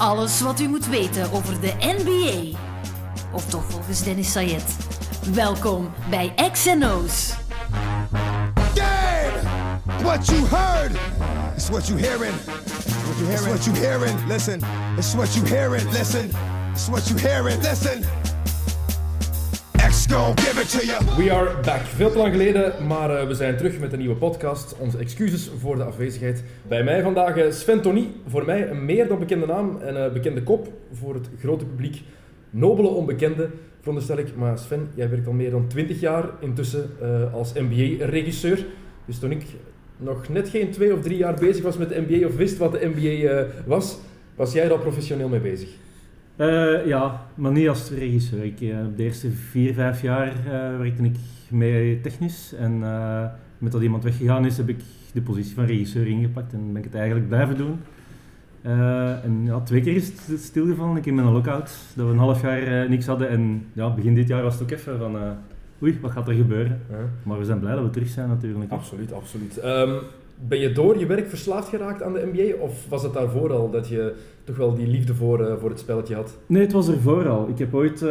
Alles wat u moet weten over de NBA. Of toch volgens Dennis Sayed. Welkom bij X&O's. Game! What you heard is what you hearing. It's what you hearing. Listen. It's what you hearing. Listen. It's what you hearing. Listen. X gon' give it to you. We are back. Veel te lang geleden, maar we zijn terug met een nieuwe podcast. Onze excuses voor de afwezigheid. Bij mij vandaag Sven Tony. Voor mij een meer dan bekende naam en een bekende kop voor het grote publiek. Nobele onbekende, veronderstel ik. Maar Sven, jij werkt al meer dan 20 jaar intussen als NBA-regisseur. Dus toen ik nog net geen 2 of 3 jaar bezig was met de NBA of wist wat de NBA was jij er al professioneel mee bezig? Ja, maar niet als regisseur. De eerste 4-5 jaar werkte ik mee technisch. En met dat iemand weggegaan is, heb ik de positie van regisseur ingepakt. En ben ik het eigenlijk blijven doen. En ja, 2 keer is het stilgevallen. Ik in mijn lockout, dat we een half jaar niks hadden. En ja, begin dit jaar was het ook even van... oei, wat gaat er gebeuren? Maar we zijn blij dat we terug zijn natuurlijk. Absoluut, absoluut. Ben je door je werk verslaafd geraakt aan de NBA? Of was het daarvoor al dat je toch wel die liefde voor het spelletje had? Nee, het was ervoor al. Ik heb ooit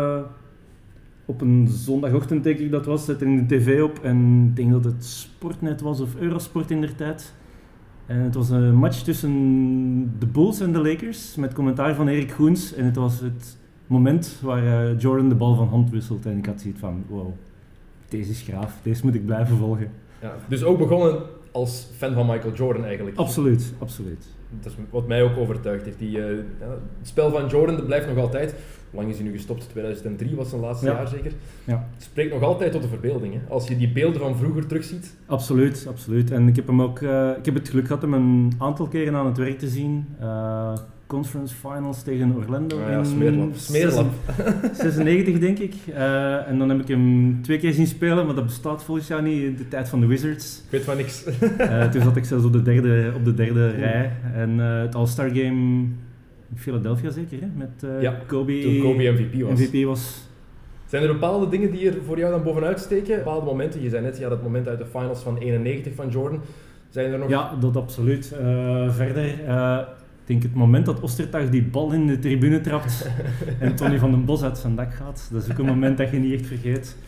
op een zondagochtend, denk ik dat was, zette in de tv op. En ik denk dat het Sportnet was of Eurosport in der tijd. En het was een match tussen de Bulls en de Lakers met commentaar van Erik Goens. En het was het moment waar Jordan de bal van hand wisselt. En ik had zoiets van, wow, deze is gaaf, deze moet ik blijven volgen. Ja, dus ook begonnen als fan van Michael Jordan eigenlijk? Absoluut, absoluut. Dat is wat mij ook overtuigd heeft. Het spel van Jordan dat blijft nog altijd. Hoe lang is hij nu gestopt? 2003 was zijn laatste jaar zeker? Ja. Het spreekt nog altijd tot de verbeelding. Hè? Als je die beelden van vroeger terugziet. Absoluut, absoluut. En ik heb hem ook, ik heb het geluk gehad om een aantal keren aan het werk te zien. Conference Finals tegen Orlando in smeerlap. 96 denk ik. En dan heb ik hem 2 keer zien spelen, maar dat bestaat volgens jou niet in de tijd van de Wizards. Ik weet van niks. Toen zat ik zelfs op de derde rij. En het All-Star Game in Philadelphia zeker, hè? Met Kobe. Toen Kobe MVP was. Zijn er bepaalde dingen die er voor jou dan bovenuit steken? Bepaalde momenten, je zei net, dat moment uit de finals van 91 van Jordan. Zijn er nog... Ja, dat absoluut. Verder... Ik denk het moment dat Ostertag die bal in de tribune trapt en Tony van den Bos uit zijn dak gaat. Dat is ook een moment dat je niet echt vergeet.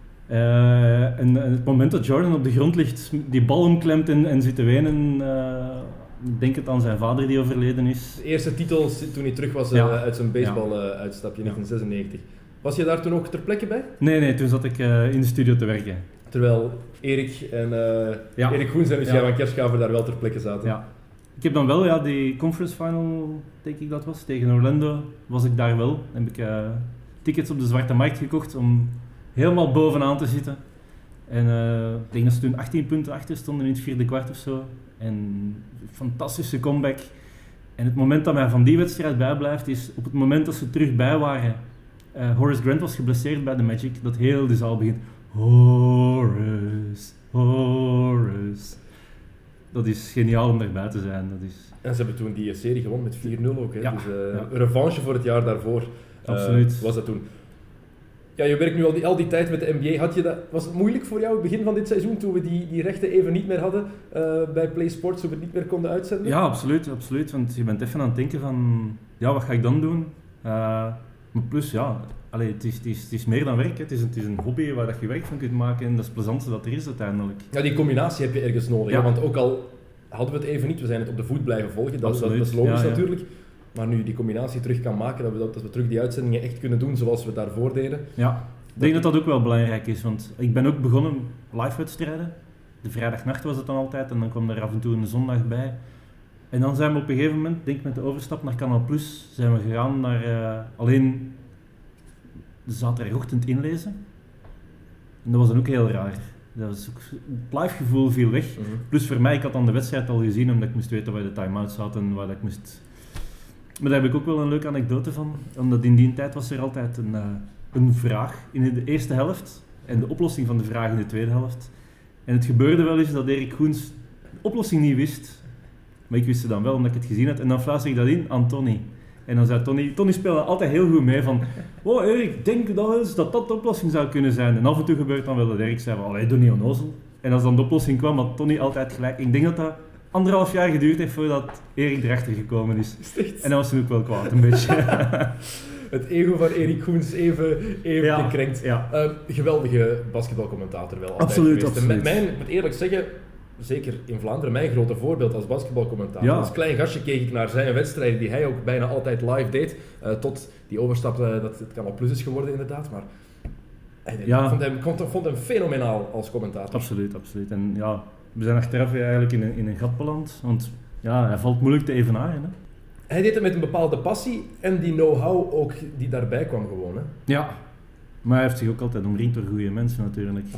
En het moment dat Jordan op de grond ligt, die bal omklemt en zit te wenen. Ik denk het aan zijn vader die overleden is. De eerste titel toen hij terug was uit zijn baseball-uitstapje in 1996. Was je daar toen ook ter plekke bij? Nee, toen zat ik in de studio te werken. Terwijl Erik en Erik Goens en Lucia van Kerschaver daar wel ter plekke zaten. Ja. Ik heb dan wel, die conference final, denk ik dat was, tegen Orlando, was ik daar wel. Dan heb ik tickets op de zwarte markt gekocht om helemaal bovenaan te zitten. En ik denk dat ze toen 18 punten achter stonden in het 4e kwart of zo. En een fantastische comeback. En het moment dat mij van die wedstrijd bijblijft, is op het moment dat ze terug bij waren. Horace Grant was geblesseerd bij de Magic, dat heel de zaal begint. Horace. Dat is geniaal om erbij te zijn. Dat is... En ze hebben toen die serie gewonnen met 4-0 ook. Hè? Ja, dus een revanche voor het jaar daarvoor. Absoluut. Was dat toen. Ja, je werkt nu al die tijd met de NBA. Was het moeilijk voor jou, begin van dit seizoen, toen we die rechten even niet meer hadden bij Play Sports, toen we het niet meer konden uitzenden? Ja, absoluut. Want je bent even aan het denken van, wat ga ik dan doen? Maar plus, het is meer dan werk. Hè. Het is een hobby waar je werk van kunt maken en dat is het plezantste dat er is uiteindelijk. Ja, die combinatie heb je ergens nodig. Ja. Hè? Want ook al hadden we het even niet, we zijn het op de voet blijven volgen. Dat is logisch natuurlijk. Maar nu die combinatie terug kan maken, dat we terug die uitzendingen echt kunnen doen zoals we het daarvoor deden. Ja, ik denk dat dat ook wel belangrijk is. Want ik ben ook begonnen live wedstrijden. De vrijdagnacht was het dan altijd en dan kwam er af en toe een zondag bij. En dan zijn we op een gegeven moment, denk met de overstap naar Canal Plus, zijn we gegaan naar alleen de zaterdagochtend inlezen. En dat was dan ook heel raar. Dat was ook, het live gevoel viel weg. Plus voor mij, ik had dan de wedstrijd al gezien, omdat ik moest weten waar de time-out zat en waar ik moest... Maar daar heb ik ook wel een leuke anekdote van. Omdat in die tijd was er altijd een vraag in de eerste helft en de oplossing van de vraag in de tweede helft. En het gebeurde wel eens dat Erik Goens de oplossing niet wist. Maar ik wist het dan wel, omdat ik het gezien had. En dan fluisterde ik dat in aan Tony. En dan zei Tony speelde altijd heel goed mee van... Oh Erik, denk wel eens dat de oplossing zou kunnen zijn. En af en toe gebeurt dan wel dat Erik zei van... Allee, doe niet onnozel. En als dan de oplossing kwam, had Tony altijd gelijk. Ik denk dat 1,5 jaar geduurd heeft voordat Erik erachter gekomen is. Echt? En dat was toen ook wel kwaad, een beetje. Het ego van Erik Goens even gekrenkt. Ja. Geweldige basketbalcommentator wel altijd Absoluut, geweest. absoluut. En ik moet eerlijk zeggen, zeker in Vlaanderen, mijn grote voorbeeld als basketbalcommentator. Ja. Als klein gastje keek ik naar zijn wedstrijden die hij ook bijna altijd live deed. Tot die overstap, dat het Canal Plus is geworden inderdaad. Maar ik vond hem fenomenaal als commentator. Absoluut. En ja, we zijn achteraf eigenlijk in een gat beland. Want ja, hij valt moeilijk te evenaren. Hè? Hij deed het met een bepaalde passie en die know-how ook die daarbij kwam gewoon. Hè. Ja. Maar hij heeft zich ook altijd omringd door goede mensen natuurlijk.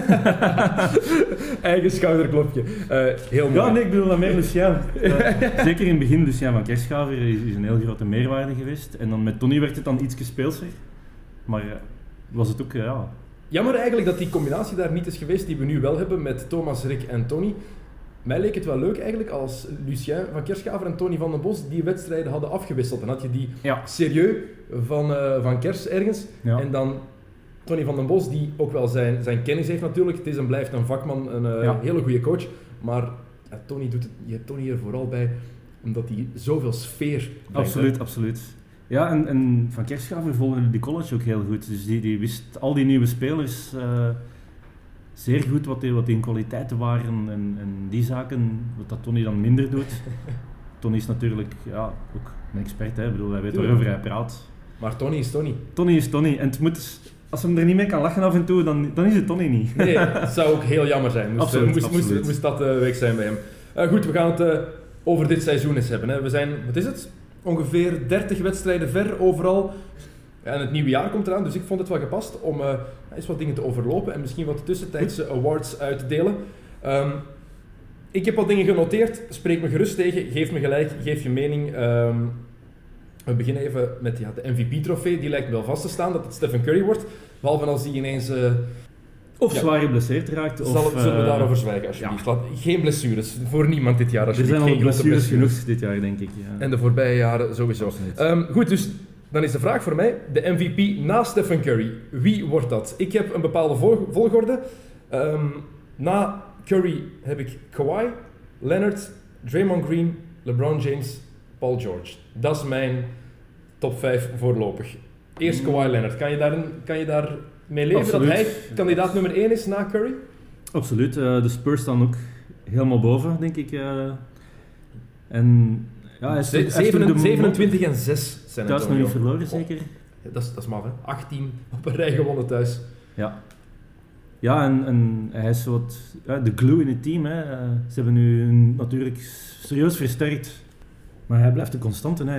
Eigen schouderklopje. Heel mooi. Ja, nee, ik bedoel dat meer Lucien. Zeker in het begin, Lucien van Kerschaver is een heel grote meerwaarde geweest. En dan met Tony werd het dan iets speelser. Maar was het ook, ja... Jammer eigenlijk dat die combinatie daar niet is geweest die we nu wel hebben met Thomas, Rick en Tony. Mij leek het wel leuk eigenlijk als Lucien van Kerschaver en Tony van den Bos die wedstrijden hadden afgewisseld. Dan had je die serieus van Kers ergens en dan Tony van den Bos die ook wel zijn kennis heeft natuurlijk. Het is en blijft een vakman, een hele goede coach. Maar Tony doet het, je hebt Tony er vooral bij omdat hij zoveel sfeer brengt. Absoluut. Ja, en Van Kerschaver volgde die college ook heel goed. Dus die wist al die nieuwe spelers zeer goed wat die in kwaliteiten waren en die zaken, wat dat Tony dan minder doet. Tony is natuurlijk ook een expert, hè. Ik bedoel, hij weet waarover hij praat. Maar Tony is Tony. Tony is Tony. En als hij er niet mee kan lachen af en toe, dan is het Tony niet. Nee, het zou ook heel jammer zijn. Moest dat weg zijn bij hem. Goed, we gaan het over dit seizoen eens hebben. Hè. We zijn, wat is het? Ongeveer 30 wedstrijden ver overal. En het nieuwe jaar komt eraan, dus ik vond het wel gepast om eens wat dingen te overlopen en misschien wat tussentijdse awards uit te delen. Ik heb wat dingen genoteerd, spreek me gerust tegen, geef me gelijk, geef je mening. We beginnen even met de MVP-trofee, die lijkt wel vast te staan, dat het Stephen Curry wordt. Behalve als die ineens... zwaar geblesseerd raakt. Zullen we daarover zwijgen alsjeblieft. Geen blessures, voor niemand dit jaar alsjeblieft. Er zijn al geen blessures genoeg dit jaar, denk ik. Ja. En de voorbije jaren sowieso. Goed, dus... Dan is de vraag voor mij, de MVP na Stephen Curry. Wie wordt dat? Ik heb een bepaalde volgorde. Na Curry heb ik Kawhi, Leonard, Draymond Green, LeBron James, Paul George. Dat is mijn top 5 voorlopig. Eerst Kawhi Leonard. Kan je daar mee leven Absoluut. Dat hij kandidaat nummer 1 is na Curry? Absoluut. De Spurs staan ook helemaal boven, denk ik. En... Ja, 27 en 6 zijn het. Dat is nog niet verloren, zeker? Dat is maf, hè? 18 op een rij gewonnen thuis. Ja, en hij is de glue in het team. Hè. Ze hebben nu natuurlijk serieus versterkt. Maar hij blijft een constante. Hè.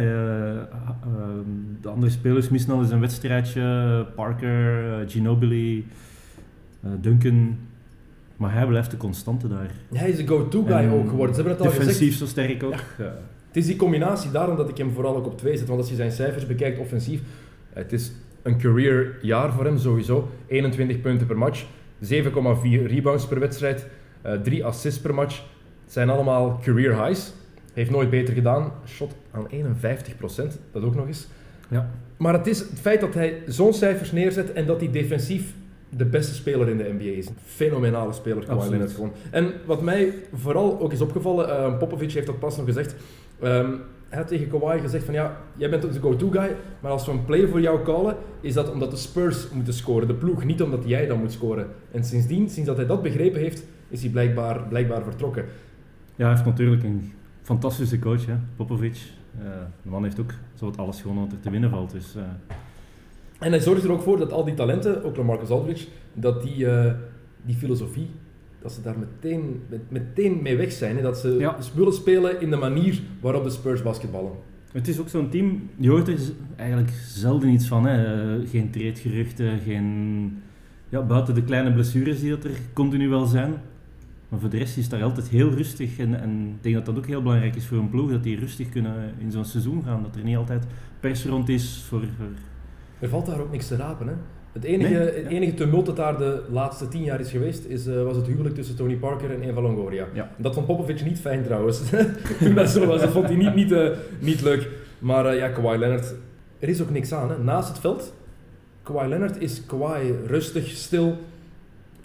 De andere spelers missen al eens een wedstrijdje. Parker, Ginobili, Duncan. Maar hij blijft de constante daar. Hij is de go-to guy ook geworden. Ze hebben het al defensief gezegd. zo sterk ook. Ja. Het is die combinatie, daarom dat ik hem vooral ook op 2 zet. Want als je zijn cijfers bekijkt offensief, het is een career jaar voor hem sowieso. 21 punten per match, 7,4 rebounds per wedstrijd, 3 assists per match. Het zijn allemaal career highs. Heeft nooit beter gedaan. Shot aan 51%, dat ook nog eens. Ja. Maar het is het feit dat hij zo'n cijfers neerzet en dat hij defensief de beste speler in de NBA is. Een fenomenale speler, Kawhi Leonard gewoon. En wat mij vooral ook is opgevallen, Popovic heeft dat pas nog gezegd. Hij had tegen Kawhi gezegd van jij bent de go-to guy, maar als we een play voor jou callen, is dat omdat de Spurs moeten scoren, de ploeg, niet omdat jij dan moet scoren. En sinds dat hij dat begrepen heeft, is hij blijkbaar vertrokken. Ja, hij heeft natuurlijk een fantastische coach, hè? Popovic. De man heeft ook zowat alles gewonnen wat er te winnen valt. Dus, En hij zorgt er ook voor dat al die talenten, ook LaMarcus Aldridge, dat die filosofie, dat ze daar meteen mee weg zijn. Hè? Dat ze willen spelen in de manier waarop de Spurs basketballen. Het is ook zo'n team, je hoort er eigenlijk zelden iets van. Hè? Geen treedgeruchten, buiten de kleine blessures die dat er continu wel zijn. Maar voor de rest is het daar altijd heel rustig. En ik denk dat dat ook heel belangrijk is voor een ploeg, dat die rustig kunnen in zo'n seizoen gaan. Dat er niet altijd pers rond is voor... Er valt daar ook niks te rapen, hè? Het enige tumult dat daar de laatste 10 jaar is geweest, was het huwelijk tussen Tony Parker en Eva Longoria. Ja. Dat vond Popovic niet fijn trouwens. Toen dat zo was, dat vond hij niet leuk. Maar Kawhi Leonard, er is ook niks aan. Hè? Naast het veld, Kawhi Leonard is Kawhi rustig, stil.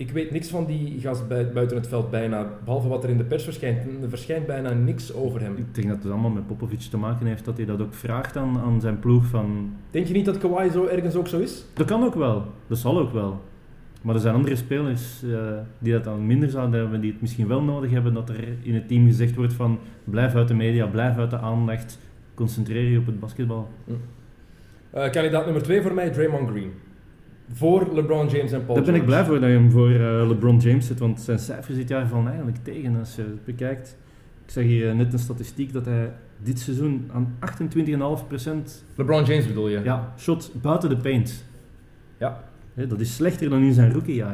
Ik weet niks van die gast buiten het veld bijna, behalve wat er in de pers verschijnt. Er verschijnt bijna niks over hem. Ik denk dat het allemaal met Popovic te maken heeft, dat hij dat ook vraagt aan zijn ploeg. Denk je niet dat Kawhi zo ergens ook zo is? Dat kan ook wel, dat zal ook wel. Maar er zijn andere spelers die dat dan minder zouden hebben, die het misschien wel nodig hebben, dat er in het team gezegd wordt van blijf uit de media, blijf uit de aandacht, concentreer je op het basketbal. Kandidaat nummer 2 voor mij, Draymond Green. Voor LeBron James en Paul Daar ben ik George. blij voor dat je hem voor LeBron James zet, want zijn cijfers dit jaar vallen eigenlijk tegen als je het bekijkt. Ik zag hier net een statistiek dat hij dit seizoen aan 28,5% LeBron James bedoel je? shot buiten de paint. Ja. Dat is slechter dan in zijn rookiejaar.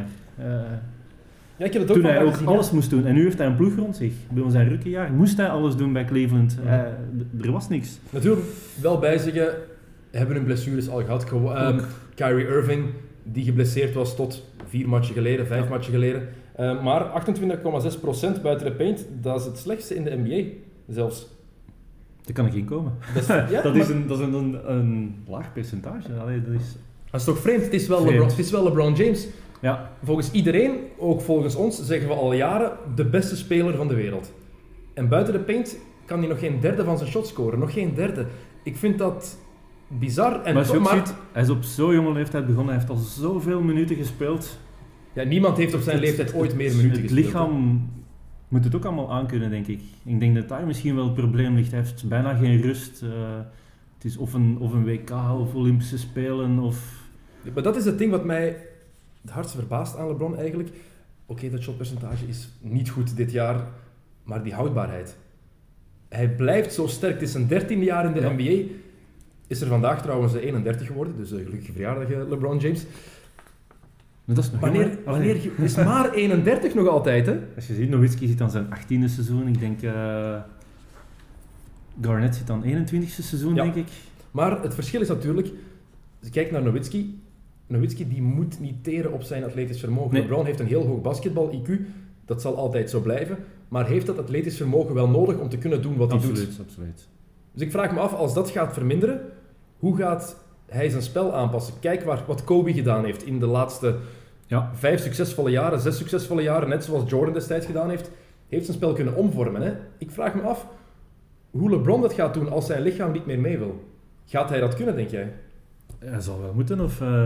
Ja, ik heb het ook Toen hij vandaag ook gezien, alles moest doen. En nu heeft hij een ploeg rond zich. Bij zijn rookiejaar moest hij alles doen bij Cleveland. Er was niks. Natuurlijk wel bij zeggen, hebben hun blessures al gehad. Kyrie Irving, die geblesseerd was tot 4 matchen geleden, 5 matchen geleden. Maar 28,6% buiten de paint, dat is het slechtste in de NBA zelfs. Daar kan ik in komen. Dat is een laag percentage. Allee, dat is toch vreemd? Het is wel LeBron James. Ja. Volgens iedereen, ook volgens ons, zeggen we al jaren de beste speler van de wereld. En buiten de paint kan hij nog geen derde van zijn shot scoren. Nog geen derde. Ik vind dat bizar. En maar als je ook ziet, hij is op zo'n jonge leeftijd begonnen. Hij heeft al zoveel minuten gespeeld. Ja, niemand heeft op zijn leeftijd ooit meer minuten gespeeld. Het lichaam moet het ook allemaal aankunnen, denk ik. Ik denk dat daar misschien wel het probleem ligt. Hij heeft bijna geen rust. Het is of een WK of Olympische Spelen. Ja, maar dat is het ding wat mij het hardst verbaast aan LeBron eigenlijk. Oké, dat shotpercentage is niet goed dit jaar, maar die houdbaarheid. Hij blijft zo sterk. Het is zijn 13e jaar in de NBA. Is er vandaag trouwens 31 geworden, dus gelukkige verjaardag LeBron James. Dat is nog wanneer is maar 31 nog altijd, hè? Als je ziet, Nowitzki zit aan zijn 18e seizoen. Ik denk, Garnett zit aan 21e seizoen, denk ik. Maar het verschil is natuurlijk, als je kijkt naar Nowitzki. Nowitzki die moet niet teren op zijn atletisch vermogen. Nee. LeBron heeft een heel hoog basketbal-IQ, dat zal altijd zo blijven. Maar heeft dat atletisch vermogen wel nodig om te kunnen doen wat hij doet? Absoluut. Dus ik vraag me af, als dat gaat verminderen, hoe gaat hij zijn spel aanpassen? Kijk wat Kobe gedaan heeft in de laatste 5 succesvolle jaren, 6 succesvolle jaren, net zoals Jordan destijds gedaan heeft zijn spel kunnen omvormen. Hè? Ik vraag me af hoe LeBron dat gaat doen als zijn lichaam niet meer mee wil. Gaat hij dat kunnen, denk jij? Hij zal wel moeten,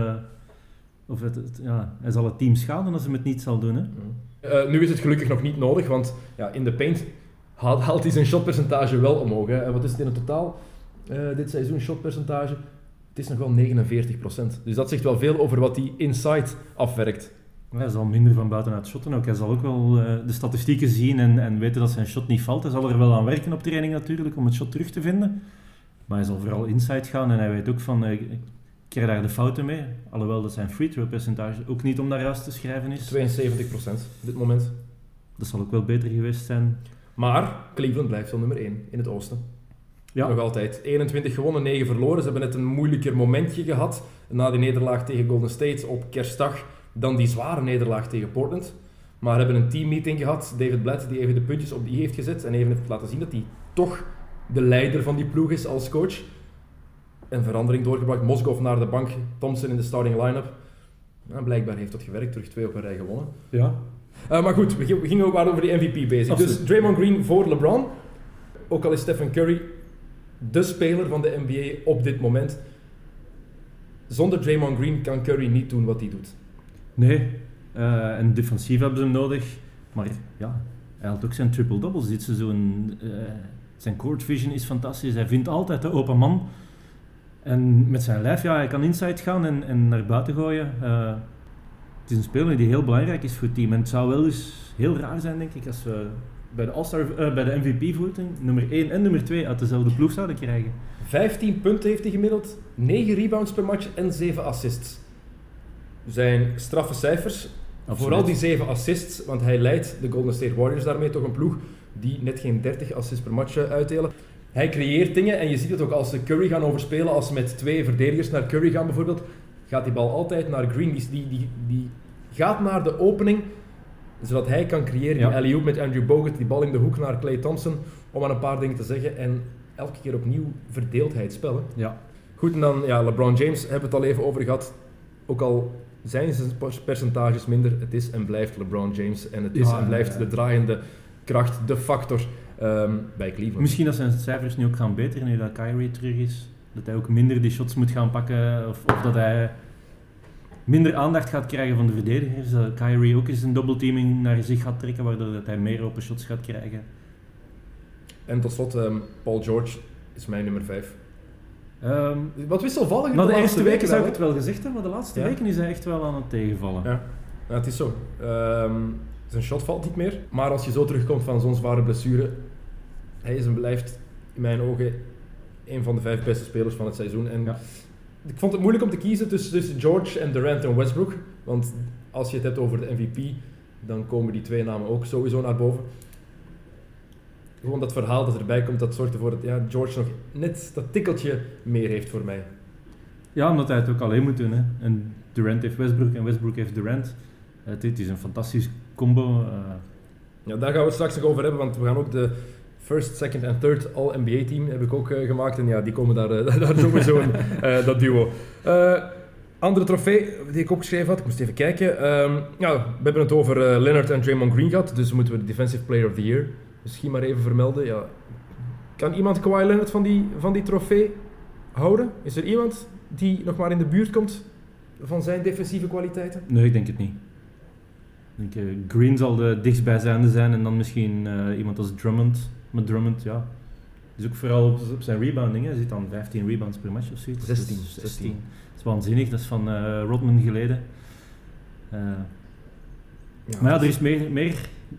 hij zal het team schaden als hij het niet zal doen. Hè? Nu is het gelukkig nog niet nodig, want in de paint haalt hij zijn shotpercentage wel omhoog. Hè. En wat is het in het totaal? Dit seizoen shotpercentage? Het is nog wel 49%. Dus dat zegt wel veel over wat hij inside afwerkt. Hij zal minder van buitenuit shotten ook. Hij zal ook wel de statistieken zien en weten dat zijn shot niet valt. Hij zal er wel aan werken op training natuurlijk, om het shot terug te vinden. Maar hij zal vooral inside gaan en hij weet ook van... ik krijg daar de fouten mee. Alhoewel dat zijn free throw percentage ook niet om daar juist te schrijven is. 72% op dit moment. Dat zal ook wel beter geweest zijn. Maar Cleveland blijft wel nummer 1 in het oosten. Ja. Nog altijd. 21 gewonnen, 9 verloren. Ze hebben net een moeilijker momentje gehad. Na die nederlaag tegen Golden State op kerstdag. Dan die zware nederlaag tegen Portland. Maar hebben een teammeeting gehad. David Blatt die even de puntjes op die heeft gezet. En even heeft laten zien dat hij toch de leider van die ploeg is als coach. Een verandering doorgebracht. Mozgov naar de bank. Thompson in de starting line-up. En blijkbaar heeft dat gewerkt. Terug 2 op een rij gewonnen. Ja. Maar goed, we gingen ook maar over die MVP bezig. Absoluut. Dus Draymond Green voor LeBron. Ook al is Stephen Curry de speler van de NBA op dit moment. Zonder Draymond Green kan Curry niet doen wat hij doet. Nee. En defensief hebben ze hem nodig. Maar ja, hij had ook zijn triple-doubles dit seizoen. Zijn court vision is fantastisch. Hij vindt altijd de open man. En met zijn lijf, hij kan inside gaan en naar buiten gooien. Het is een speler die heel belangrijk is voor het team. En het zou wel eens heel raar zijn, denk ik, als we bij de MVP-voting nummer 1 en nummer 2 uit dezelfde ploeg zouden krijgen. 15 punten heeft hij gemiddeld, 9 rebounds per match en 7 assists. Zijn straffe cijfers, absoluut. Vooral die 7 assists, want hij leidt de Golden State Warriors daarmee, toch een ploeg die net geen 30 assists per match uitdelen. Hij creëert dingen en je ziet het ook als ze Curry gaan overspelen, als ze met 2 verdedigers naar Curry gaan bijvoorbeeld, gaat die bal altijd naar Green. Die gaat naar de opening, zodat hij kan creëren. Die alley-oop met Andrew Bogut, die bal in de hoek naar Klay Thompson, om maar een paar dingen te zeggen. En elke keer opnieuw verdeelt hij het spel. Hè? Ja. Goed, en dan LeBron James, hebben we het al even over gehad. Ook al zijn zijn percentages minder. Het is en blijft LeBron James en het is en blijft de draaiende kracht, de factor bij Cleveland. Misschien dat zijn cijfers nu ook gaan beteren nu dat Kyrie terug is. Dat hij ook minder die shots moet gaan pakken of dat hij minder aandacht gaat krijgen van de verdedigers. Dat Kyrie ook eens een doubleteaming naar zich gaat trekken, waardoor dat hij meer open shots gaat krijgen. En tot slot, Paul George is mijn nummer 5. Wat wisselvallig. Na de eerste weken zou ik het wel gezegd hebben, maar de laatste weken is hij echt wel aan het tegenvallen. Ja, het is zo. Zijn shot valt niet meer. Maar als je zo terugkomt van zo'n zware blessure, hij is en blijft in mijn ogen een van de 5 beste spelers van het seizoen. En ik vond het moeilijk om te kiezen tussen George en Durant en Westbrook. Want als je het hebt over de MVP, dan komen die 2 namen ook sowieso naar boven. Gewoon dat verhaal dat erbij komt, dat zorgt ervoor dat George nog net dat tikkeltje meer heeft voor mij. Ja, omdat hij het ook alleen moet doen. Hè. En Durant heeft Westbrook en Westbrook heeft Durant. Het is een fantastisch combo. Ja, daar gaan we het straks nog over hebben, want we gaan ook de first, second en third All-NBA team heb ik ook gemaakt. En ja, die komen daar sowieso in, dat duo. Andere trofee die ik opgeschreven had, ik moest even kijken. We hebben het over Leonard en Draymond Green gehad, dus moeten we de Defensive Player of the Year misschien maar even vermelden. Ja. Kan iemand Kawhi Leonard van die trofee houden? Is er iemand die nog maar in de buurt komt van zijn defensieve kwaliteiten? Nee, ik denk het niet. Ik denk, Green zal de dichtstbijzijnde zijn en dan misschien iemand als Drummond. Maar Drummond, ja, is ook vooral op zijn rebounding. Hij zit aan 15 rebounds per match of zoiets. 16. Dat is waanzinnig, dat is van Rodman geleden. Maar ja, er is meer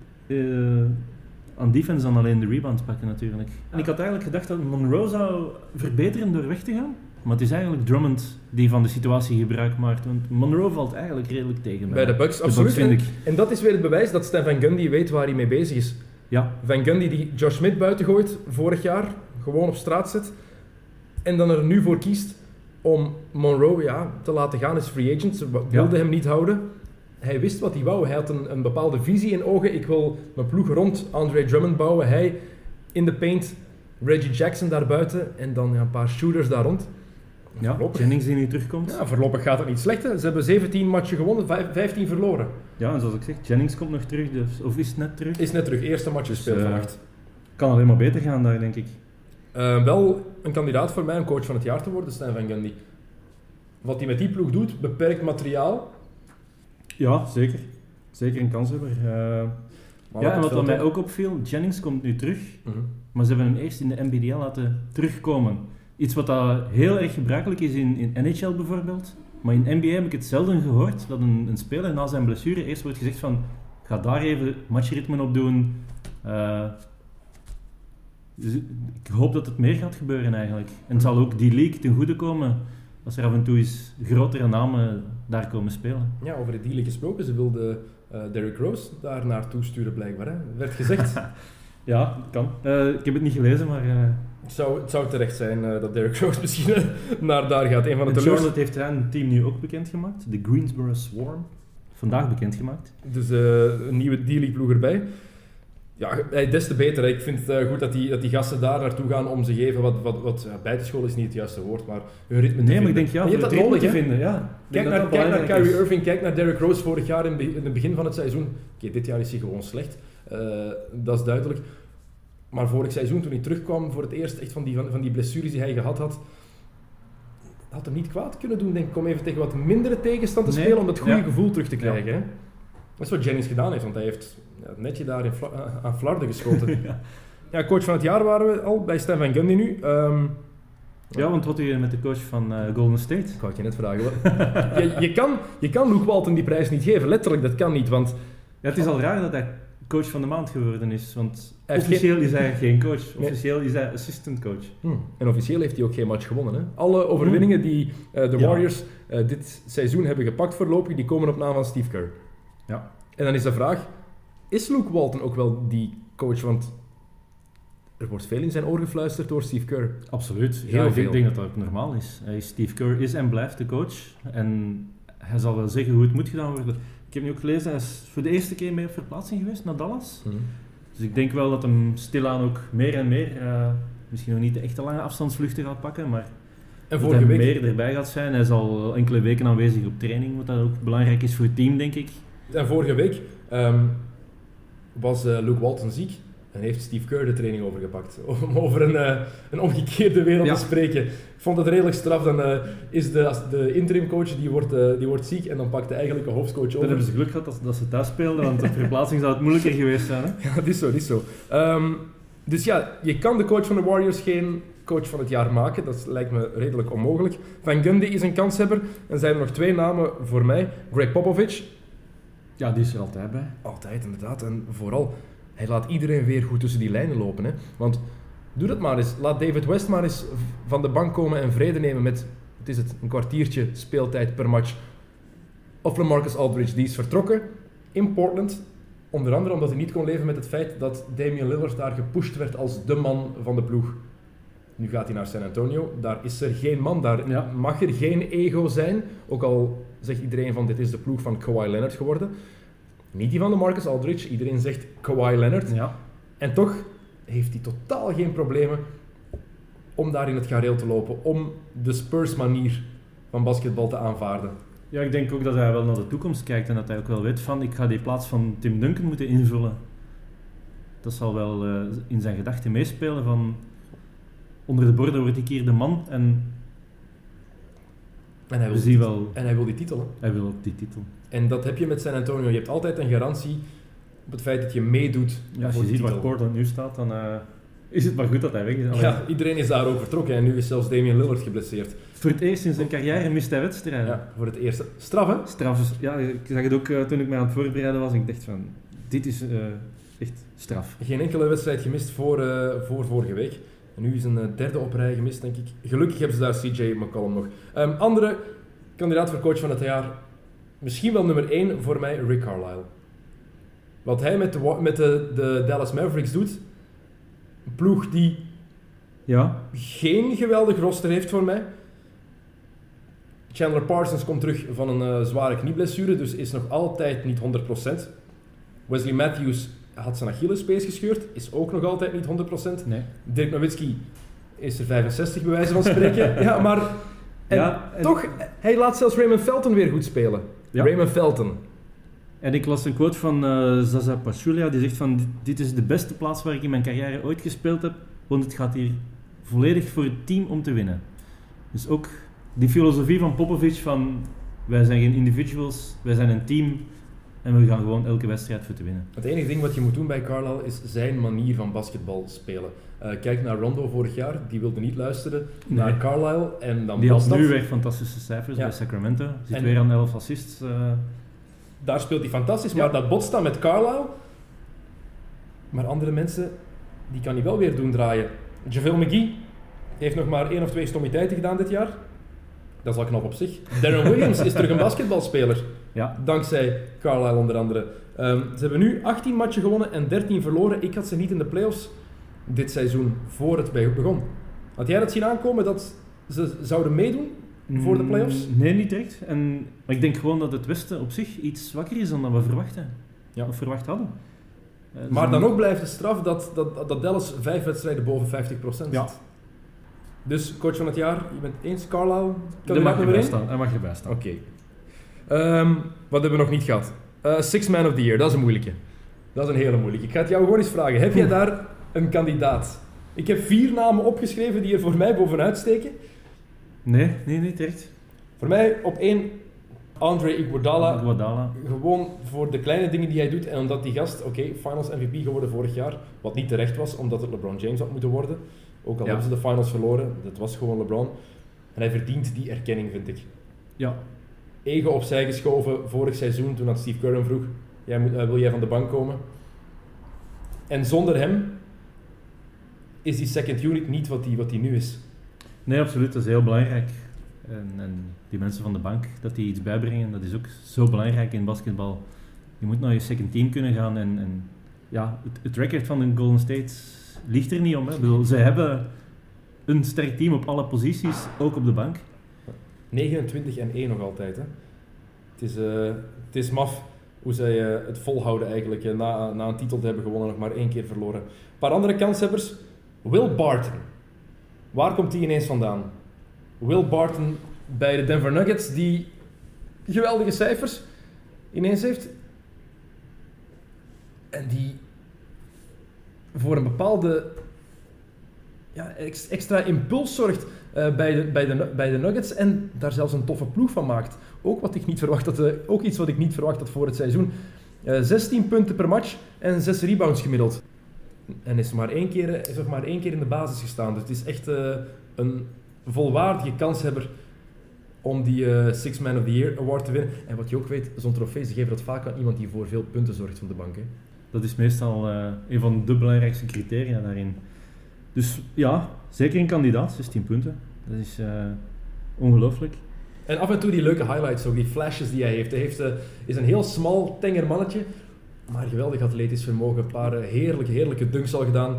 aan defense dan alleen de rebounds pakken natuurlijk. En ik had eigenlijk gedacht dat Monroe zou verbeteren door weg te gaan. Maar het is eigenlijk Drummond die van de situatie gebruik maakt. Want Monroe valt eigenlijk redelijk tegen bij de Bucks, absoluut. Vind ik. En dat is weer het bewijs dat Stan Van Gundy weet waar hij mee bezig is. Ja. Van Gundy die Josh Smith buiten gooit vorig jaar, gewoon op straat zet. En dan er nu voor kiest om Monroe te laten gaan als free agent. Ze wilden hem niet houden. Hij wist wat hij wou. Hij had een bepaalde visie in ogen. Ik wil mijn ploeg rond Andre Drummond bouwen. Hij in de paint, Reggie Jackson daarbuiten en dan een paar shooters daar rond. Ja, Jennings die nu terugkomt. Ja, voorlopig gaat het niet slecht. Hè. Ze hebben 17 matchen gewonnen, 15 verloren. Ja, en zoals ik zeg, Jennings komt nog terug, dus, of is net terug? Is net terug, eerste match gespeeld vannacht. Kan alleen maar beter gaan daar, denk ik. Wel een kandidaat voor mij om coach van het jaar te worden, Stan Van Gundy. Wat hij met die ploeg doet, beperkt materiaal. Ja, zeker. Zeker een kanshebber. En wat mij ook opviel, Jennings komt nu terug, maar ze hebben hem eerst in de NBDL laten terugkomen. Iets wat heel erg gebruikelijk is in NHL bijvoorbeeld. Maar in NBA heb ik het zelden gehoord dat een speler na zijn blessure eerst wordt gezegd van ga daar even matchritme op doen. Dus ik hoop dat het meer gaat gebeuren eigenlijk. En het zal ook die league ten goede komen als er af en toe eens grotere namen daar komen spelen. Ja, over de D-League gesproken, ze wilden Derrick Rose daar naartoe sturen blijkbaar. Hè? Werd gezegd. Ja, kan. Ik heb het niet gelezen, maar... Het zou terecht zijn dat Derrick Rose misschien naar daar gaat. Een van de Charlotte heeft zijn team nu ook bekendgemaakt. De Greensboro Swarm. Vandaag bekendgemaakt. Dus een nieuwe D-League ploeg erbij. Ja, des te beter. Hè. Ik vind het goed dat die gasten daar naartoe gaan om zich even wat bij te scholen is niet het juiste woord, maar hun ritme te vinden. Nee, maar ik denk je hebt dat nodig te vinden. Ja. Kijk naar Kyrie Irving, kijk naar Derrick Rose vorig jaar in het begin van het seizoen. Oké, dit jaar is hij gewoon slecht. Dat is duidelijk. Maar vorig seizoen, toen hij terugkwam voor het eerst echt van die blessures die hij gehad had hem niet kwaad kunnen doen, denk ik, om even tegen wat mindere tegenstand te spelen, om dat goede gevoel terug te krijgen. Ja. Hè? Dat is wat Jennings gedaan heeft, want hij heeft het netje daar aan Flarden geschoten. Ja, coach van het jaar waren we al, bij Stan Van Gundy nu. Ja, want wat doe je met de coach van Golden State? Ik wou het je net vragen. je kan Luke Walton die prijs niet geven, letterlijk, dat kan niet, want... Ja, het is al raar dat hij coach van de maand geworden is, want officieel is hij geen coach, officieel is hij assistant coach. En officieel heeft hij ook geen match gewonnen. Hè? Alle overwinningen die de Warriors dit seizoen hebben gepakt voorlopig, die komen op naam van Steve Kerr. Ja. En dan is de vraag, is Luke Walton ook wel die coach? Want er wordt veel in zijn oor gefluisterd door Steve Kerr. Absoluut. Heel veel. Ik denk dat dat ook normaal is. Steve Kerr is en blijft de coach en hij zal wel zeggen hoe het moet gedaan worden. Ik heb nu ook gelezen, hij is voor de eerste keer mee op verplaatsing geweest naar Dallas. Dus ik denk wel dat hem stilaan ook meer en meer, misschien nog niet de echte lange afstandsvluchten gaat pakken, maar... En dat vorige hij week... meer erbij gaat zijn. Hij is al enkele weken aanwezig op training, wat dat ook belangrijk is voor het team, denk ik. En vorige week was Luke Walton ziek en heeft Steve Kerr de training overgepakt. Om over een omgekeerde wereld te spreken. Ik vond het redelijk straf. Dan is de interim coach die wordt ziek en dan pakt de eigenlijke hoofdcoach over. Dan hebben ze geluk gehad dat ze thuis speelden, want op verplaatsing zou het moeilijker geweest zijn. Hè? Ja, dat is zo. Dus ja, je kan de coach van de Warriors geen coach van het jaar maken. Dat lijkt me redelijk onmogelijk. Van Gundy is een kanshebber. En zijn er nog 2 namen voor mij. Greg Popovich. Ja, die is er altijd bij. Altijd, inderdaad. En vooral, hij laat iedereen weer goed tussen die lijnen lopen. Hè. Want doe dat maar eens. Laat David West maar eens van de bank komen en vrede nemen met, wat is het, een kwartiertje speeltijd per match. Of LaMarcus Aldridge, die is vertrokken in Portland. Onder andere omdat hij niet kon leven met het feit dat Damian Lillard daar gepusht werd als de man van de ploeg. Nu gaat hij naar San Antonio. Daar is er geen man. Daar mag er geen ego zijn. Ook al zegt iedereen van dit is de ploeg van Kawhi Leonard geworden. Niet die van de Marcus Aldridge. Iedereen zegt Kawhi Leonard. Ja. En toch heeft hij totaal geen problemen om daar in het gareel te lopen. Om de Spurs manier van basketbal te aanvaarden. Ja, ik denk ook dat hij wel naar de toekomst kijkt en dat hij ook wel weet van ik ga die plaats van Tim Duncan moeten invullen. Dat zal wel in zijn gedachten meespelen van onder de borden word ik hier de man en hij wil die titel. Hè? Hij wil ook die titel. En dat heb je met San Antonio. Je hebt altijd een garantie op het feit dat je meedoet ja, als voor je ziet titel. waar Portland nu staat, dan is het maar goed dat hij weg is. Ja, iedereen is daar ook vertrokken en nu is zelfs Damian Lillard geblesseerd. Voor het eerst in zijn carrière mist hij wedstrijden. Ja, voor het eerste. Straf, hè? Straf. Ja, ik zag het ook toen ik mij aan het voorbereiden was. Ik dacht van, dit is echt straf. Geen enkele wedstrijd gemist voor vorige week. En nu is een derde op rij gemist, denk ik. Gelukkig hebben ze daar CJ McCollum nog. Andere kandidaat voor coach van het jaar. Misschien wel nummer 1 voor mij, Rick Carlisle. Wat hij met de Dallas Mavericks doet. Een ploeg die geen geweldig roster heeft voor mij. Chandler Parsons komt terug van een zware knieblessure, dus is nog altijd niet 100%. Wesley Matthews had zijn Achillespees gescheurd, is ook nog altijd niet 100%. Nee. Dirk Nowitzki is er 65 bij wijze van spreken. Ja, maar toch, hij laat zelfs Raymond Felton weer goed spelen. Ja. Raymond Felton. En ik las een quote van Zaza Pachulia, die zegt van dit is de beste plaats waar ik in mijn carrière ooit gespeeld heb, want het gaat hier volledig voor het team om te winnen. Dus ook die filosofie van Popovich van wij zijn geen individuals, wij zijn een team en we gaan gewoon elke wedstrijd voor te winnen. Het enige ding wat je moet doen bij Carlisle is zijn manier van basketbal spelen. Kijk naar Rondo vorig jaar, die wilde niet luisteren naar Carlisle en dan die had nu weer fantastische cijfers bij Sacramento, zit weer aan 11 assists. Daar speelt hij fantastisch, maar dat botst dan met Carlisle. Maar andere mensen, die kan hij wel weer doen draaien. JaVale McGee heeft nog maar 1 of 2 stommiteiten gedaan dit jaar. Dat is al knap op zich. Darren Williams is terug een basketbalspeler. Ja. Dankzij Carlisle onder andere. Ze hebben nu 18 matchen gewonnen en 13 verloren. Ik had ze niet in de playoffs dit seizoen, voor het begon. Had jij dat zien aankomen dat ze zouden meedoen voor de playoffs? Nee, niet direct. Maar ik denk gewoon dat het Westen op zich iets zwakker is dan dat we verwachten. Ja. Of verwacht hadden. Maar dan ook blijft het straf dat Dallas 5 wedstrijden boven 50% zit. Ja. Dus coach van het jaar, je bent eens Carlisle? Hij mag erbij staan. Oké. Wat hebben we nog niet gehad? Sixth Man of the Year, dat is een moeilijke. Dat is een hele moeilijke. Ik ga het jou gewoon eens vragen. Heb jij daar een kandidaat? Ik heb 4 namen opgeschreven die er voor mij bovenuit steken. Nee, niet echt. Voor mij op 1 Andre Iguodala. Gewoon voor de kleine dingen die hij doet en omdat die gast, Finals MVP geworden vorig jaar, wat niet terecht was, omdat het LeBron James had moeten worden. Ook al hebben ze de Finals verloren, dat was gewoon LeBron. En hij verdient die erkenning, vind ik. Ja. Ego opzij geschoven vorig seizoen, toen had Steve Kerr hem vroeg, wil jij van de bank komen? En zonder hem is die second unit niet wat die nu is. Nee, absoluut. Dat is heel belangrijk. En die mensen van de bank, dat die iets bijbrengen, dat is ook zo belangrijk in basketbal. Je moet naar je second team kunnen gaan en het record van de Golden State ligt er niet om. Hè. Ik bedoel, ze hebben een sterk team op alle posities, ook op de bank. 29-1 nog altijd. Hè. Het is maf hoe zij het volhouden eigenlijk. Na een titel te hebben gewonnen, nog maar 1 keer verloren. Een paar andere kanshebbers. Will Barton. Waar komt hij ineens vandaan? Will Barton bij de Denver Nuggets, die geweldige cijfers ineens heeft. En die voor een bepaalde extra impuls zorgt bij de Nuggets en daar zelfs een toffe ploeg van maakt. Ook iets wat ik niet verwacht had voor het seizoen. 16 punten per match en 6 rebounds gemiddeld. En is nog maar één keer in de basis gestaan. Dus het is echt een volwaardige kanshebber om die Six Man of the Year Award te winnen. En wat je ook weet, zo'n trofee, ze geven dat vaak aan iemand die voor veel punten zorgt van de bank. Hè. Dat is meestal een van de belangrijkste criteria daarin. Dus ja, zeker een kandidaat, 16 punten. Dat is ongelooflijk. En af en toe die leuke highlights, ook die flashes die hij heeft. Hij is een heel smal, tenger mannetje, maar geweldig atletisch vermogen. Een paar heerlijke dunks al gedaan.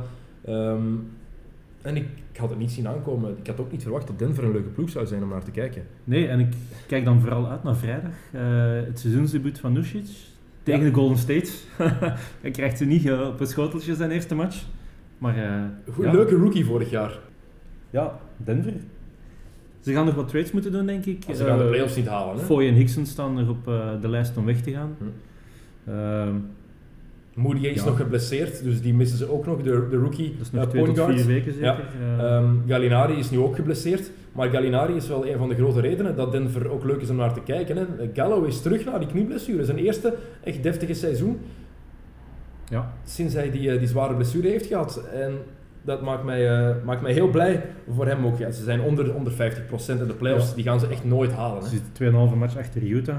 En ik had het niet zien aankomen. Ik had ook niet verwacht dat Denver een leuke ploeg zou zijn om naar te kijken. Nee, en ik kijk dan vooral uit naar vrijdag. Het seizoensdebuut van Nušić tegen de Golden State. Hij krijgt ze niet op een schoteltje zijn eerste match. Maar, leuke rookie vorig jaar. Ja, Denver. Ze gaan nog wat trades moeten doen, denk ik. Ze gaan de playoffs niet halen. Hè? Foy en Hickson staan er op de lijst om weg te gaan. Moody is nog geblesseerd, dus die missen ze ook nog, de rookie. Dat is nog 2 tot 4 weken zeker. Ja. Gallinari is nu ook geblesseerd, maar Gallinari is wel een van de grote redenen dat Denver ook leuk is om naar te kijken. Hè. Gallo is terug na die knieblessure, zijn eerste echt deftige seizoen. Ja. Sinds hij die zware blessure heeft gehad. En dat maakt mij heel blij voor hem ook. Ja, ze zijn onder 50% in de playoffs, die gaan ze echt nooit halen. Hè. Ze zitten 2,5 match achter Utah.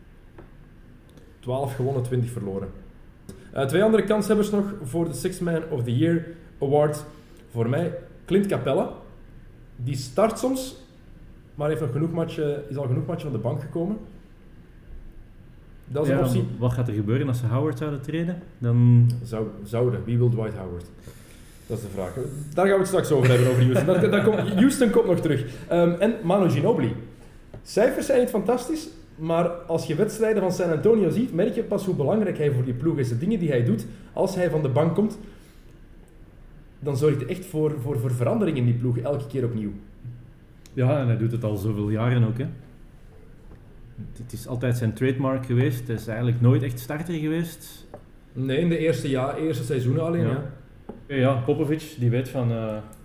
12 gewonnen, 20 verloren. 2 andere kanshebbers nog voor de Six Man of the Year Award. Voor mij, Clint Capella. Die start soms, maar heeft nog is al genoeg matchen op de bank gekomen. Dat is een optie. Wat gaat er gebeuren als ze Howard zouden treden? Dan... Zouden. Wie wil Dwight Howard? Dat is de vraag. Daar gaan we het straks over hebben, over Houston. Houston komt nog terug. En Manu Ginobili. Cijfers zijn niet fantastisch, maar als je wedstrijden van San Antonio ziet, merk je pas hoe belangrijk hij voor die ploeg is. De dingen die hij doet, als hij van de bank komt, dan zorgt hij echt voor verandering in die ploeg, elke keer opnieuw. Ja, en hij doet het al zoveel jaren ook, hè. Het is altijd zijn trademark geweest. Hij is eigenlijk nooit echt starter geweest. Nee, in de eerste seizoenen alleen, ja. Ja, Popovic, die weet van...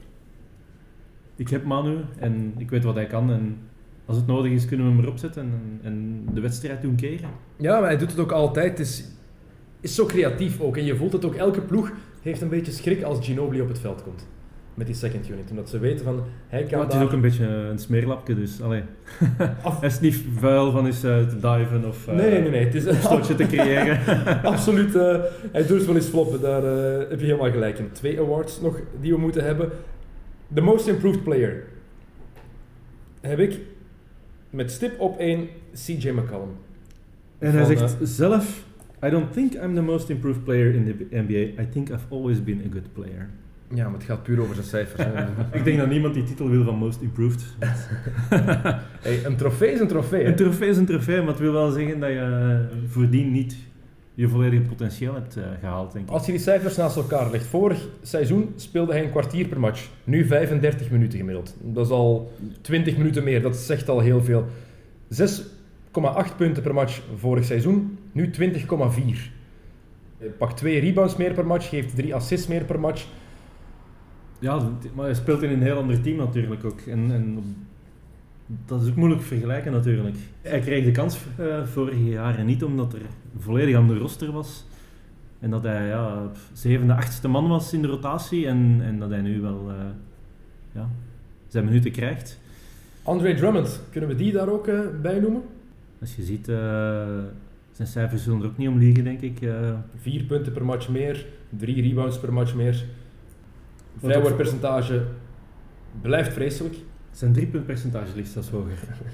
ik heb Manu en ik weet wat hij kan en als het nodig is kunnen we hem erop zetten en de wedstrijd doen keren. Ja, maar hij doet het ook altijd. Het is zo creatief ook en je voelt het ook. Elke ploeg heeft een beetje schrik als Ginobili op het veld komt. Met die second unit, omdat ze weten van hij kan het is ook een beetje een smeerlapje, dus allee. Hij is niet vuil van eens te diven of nee. Het is een stootje te creëren. Absoluut, hij durft wel eens floppen, daar heb je helemaal gelijk in. 2 awards nog die we moeten hebben. The Most Improved Player heb ik met stip op 1 CJ McCollum. En hij zegt zelf, I don't think I'm the most improved player in the NBA. I think I've always been a good player. Ja, maar het gaat puur over zijn cijfers. Ik denk dat niemand die titel wil van Most Improved. Hey, een trofee is een trofee. Hè? Een trofee is een trofee, maar het wil wel zeggen dat je voordien niet je volledige potentieel hebt gehaald, denk ik. Als je die cijfers naast elkaar legt. Vorig seizoen speelde hij een kwartier per match. Nu 35 minuten gemiddeld. Dat is al 20 minuten meer. Dat zegt al heel veel. 6,8 punten per match vorig seizoen. Nu 20,4. Hij pakt 2 rebounds meer per match. Geeft 3 assists meer per match. Ja, maar hij speelt in een heel ander team natuurlijk ook. En dat is ook moeilijk vergelijken natuurlijk. Hij kreeg de kans vorige jaren niet omdat er volledig aan de roster was. En dat hij 7e, 8e man was in de rotatie. En dat hij nu wel zijn minuten krijgt. Andre Drummond, kunnen we die daar ook bij noemen? Als je ziet, zijn cijfers zullen er ook niet om liegen, denk ik. 4 punten per match meer, 3 rebounds per match meer. Vrijwoordpercentage blijft vreselijk. Zijn 3-puntpercentage ligt zelfs hoger.